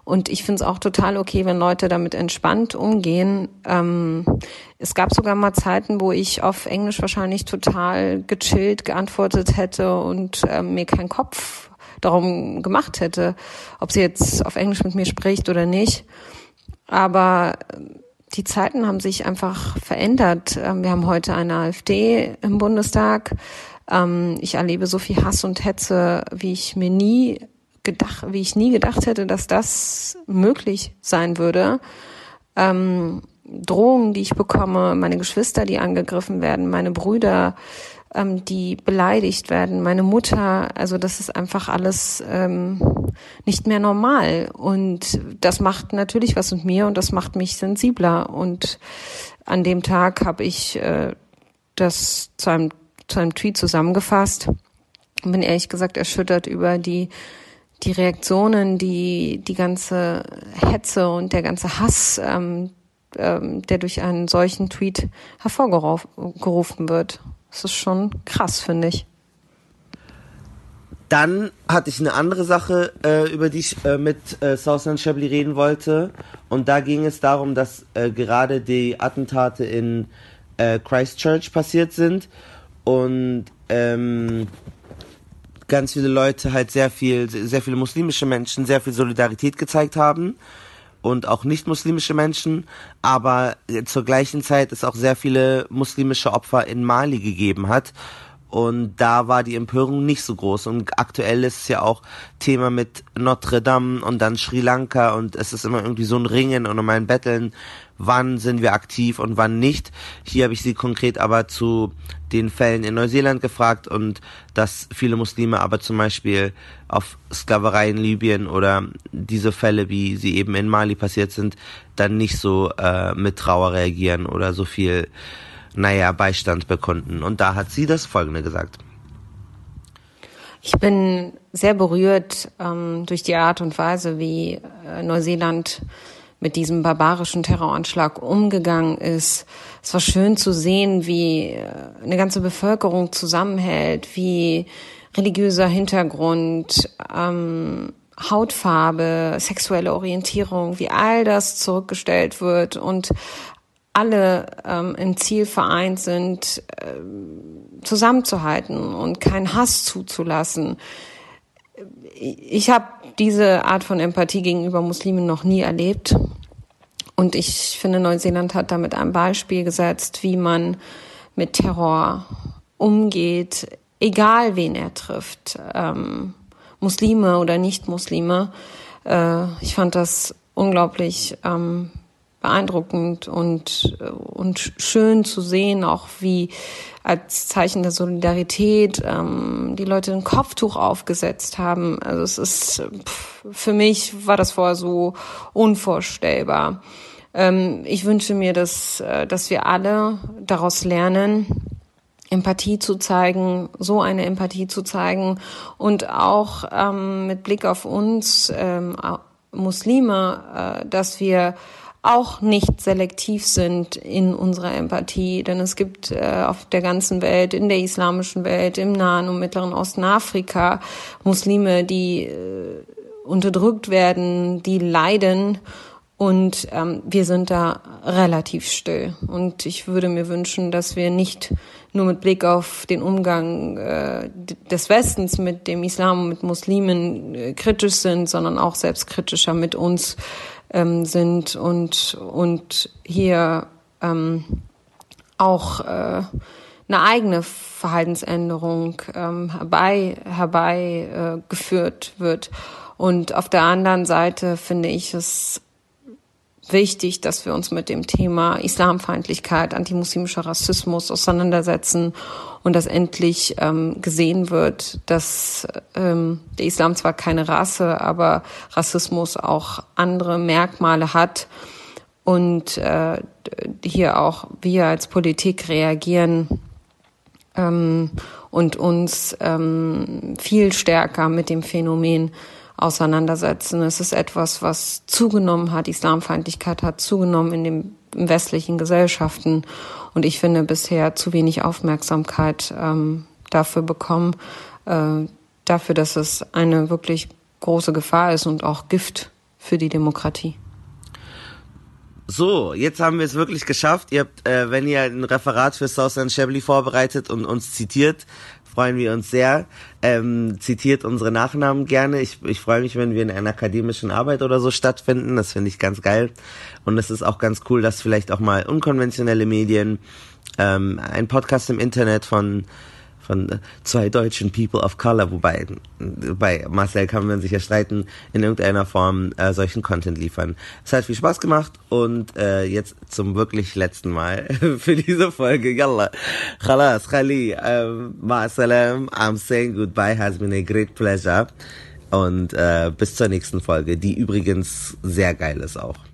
Und ich finde es auch total okay, wenn Leute damit entspannt umgehen. Ähm, es gab sogar mal Zeiten, wo ich auf Englisch wahrscheinlich total gechillt geantwortet hätte und ähm, mir keinen Kopf darum gemacht hätte, ob sie jetzt auf Englisch mit mir spricht oder nicht. Aber die Zeiten haben sich einfach verändert. Wir haben heute eine AfD im Bundestag. Ich erlebe so viel Hass und Hetze, wie ich mir nie gedacht, wie ich nie gedacht hätte, dass das möglich sein würde. Ähm, Drohungen, die ich bekomme, meine Geschwister, die angegriffen werden, meine Brüder, ähm, die beleidigt werden, meine Mutter, also das ist einfach alles ähm, nicht mehr normal. Und das macht natürlich was mit mir und das macht mich sensibler. Und an dem Tag habe ich äh, das zu einem, zu einem Tweet zusammengefasst und bin ehrlich gesagt erschüttert über die die Reaktionen, die die ganze Hetze und der ganze Hass, ähm, ähm, der durch einen solchen Tweet hervorgerufen wird. Das ist schon krass, finde ich. Dann hatte ich eine andere Sache, äh, über die ich äh, mit äh, Sausan Chablis reden wollte. Und da ging es darum, dass äh, gerade die Attentate in äh, Christchurch passiert sind. Und ähm, ganz viele Leute halt sehr viel, sehr viele muslimische Menschen sehr viel Solidarität gezeigt haben und auch nicht-muslimische Menschen, aber zur gleichen Zeit es auch sehr viele muslimische Opfer in Mali gegeben hat und da war die Empörung nicht so groß und aktuell ist es ja auch Thema mit Notre Dame und dann Sri Lanka und es ist immer irgendwie so ein Ringen und um ein Betteln, wann sind wir aktiv und wann nicht. Hier habe ich sie konkret aber zu den Fällen in Neuseeland gefragt und dass viele Muslime aber zum Beispiel auf Sklaverei in Libyen oder diese Fälle, wie sie eben in Mali passiert sind, dann nicht so äh, mit Trauer reagieren oder so viel, naja, Beistand bekunden. Und da hat sie das Folgende gesagt. Ich bin sehr berührt ähm, durch die Art und Weise, wie äh, Neuseeland mit diesem barbarischen Terroranschlag umgegangen ist. Es war schön zu sehen, wie eine ganze Bevölkerung zusammenhält, wie religiöser Hintergrund, ähm, Hautfarbe, sexuelle Orientierung, wie all das zurückgestellt wird und alle ähm, im Ziel vereint sind, äh, zusammenzuhalten und keinen Hass zuzulassen. Ich habe diese Art von Empathie gegenüber Muslimen noch nie erlebt. Und ich finde, Neuseeland hat damit ein Beispiel gesetzt, wie man mit Terror umgeht, egal wen er trifft, ähm, Muslime oder Nicht-Muslime. Äh, ich fand das unglaublich ähm, beeindruckend und, und schön zu sehen, auch wie als Zeichen der Solidarität ähm, die Leute ein Kopftuch aufgesetzt haben. Also es ist, pff, für mich war das vorher so unvorstellbar. Ähm, ich wünsche mir, dass, dass wir alle daraus lernen, Empathie zu zeigen, so eine Empathie zu zeigen und auch ähm, mit Blick auf uns ähm, Muslime, äh, dass wir auch nicht selektiv sind in unserer Empathie, denn es gibt äh, auf der ganzen Welt, in der islamischen Welt, im Nahen und Mittleren Osten, Afrika, Muslime, die äh, unterdrückt werden, die leiden und ähm, wir sind da relativ still. Und ich würde mir wünschen, dass wir nicht nur mit Blick auf den Umgang äh, des Westens mit dem Islam und mit Muslimen äh, kritisch sind, sondern auch selbstkritischer mit uns ähm, sind und und hier ähm, auch äh, eine eigene Verhaltensänderung ähm, herbei herbei äh, geführt wird. Und auf der anderen Seite finde ich es wichtig, dass wir uns mit dem Thema Islamfeindlichkeit, antimuslimischer Rassismus auseinandersetzen und dass endlich ähm, gesehen wird, dass ähm, der Islam zwar keine Rasse, aber Rassismus auch andere Merkmale hat und äh, hier auch wir als Politik reagieren ähm, und uns ähm, viel stärker mit dem Phänomen auseinandersetzen. Es ist etwas, was zugenommen hat. Islamfeindlichkeit hat zugenommen in den in westlichen Gesellschaften. Und ich finde bisher zu wenig Aufmerksamkeit ähm, dafür bekommen, äh, dafür, dass es eine wirklich große Gefahr ist und auch Gift für die Demokratie. So, jetzt haben wir es wirklich geschafft. Ihr habt, äh, wenn ihr ein Referat für Sausan Shebly vorbereitet und uns zitiert, freuen wir uns sehr. Ähm, zitiert unsere Nachnamen gerne. Ich, ich freue mich, wenn wir in einer akademischen Arbeit oder so stattfinden. Das finde ich ganz geil. Und es ist auch ganz cool, dass vielleicht auch mal unkonventionelle Medien, ähm, ein Podcast im Internet von von zwei deutschen People of Color, wobei bei Marcel kann man sich ja streiten, in irgendeiner Form äh, solchen Content liefern. Es hat viel Spaß gemacht und äh, jetzt zum wirklich letzten Mal für diese Folge. Yalla, khalas, khali, ma'asalam, I'm saying goodbye, has been a great pleasure und äh, bis zur nächsten Folge, die übrigens sehr geil ist auch.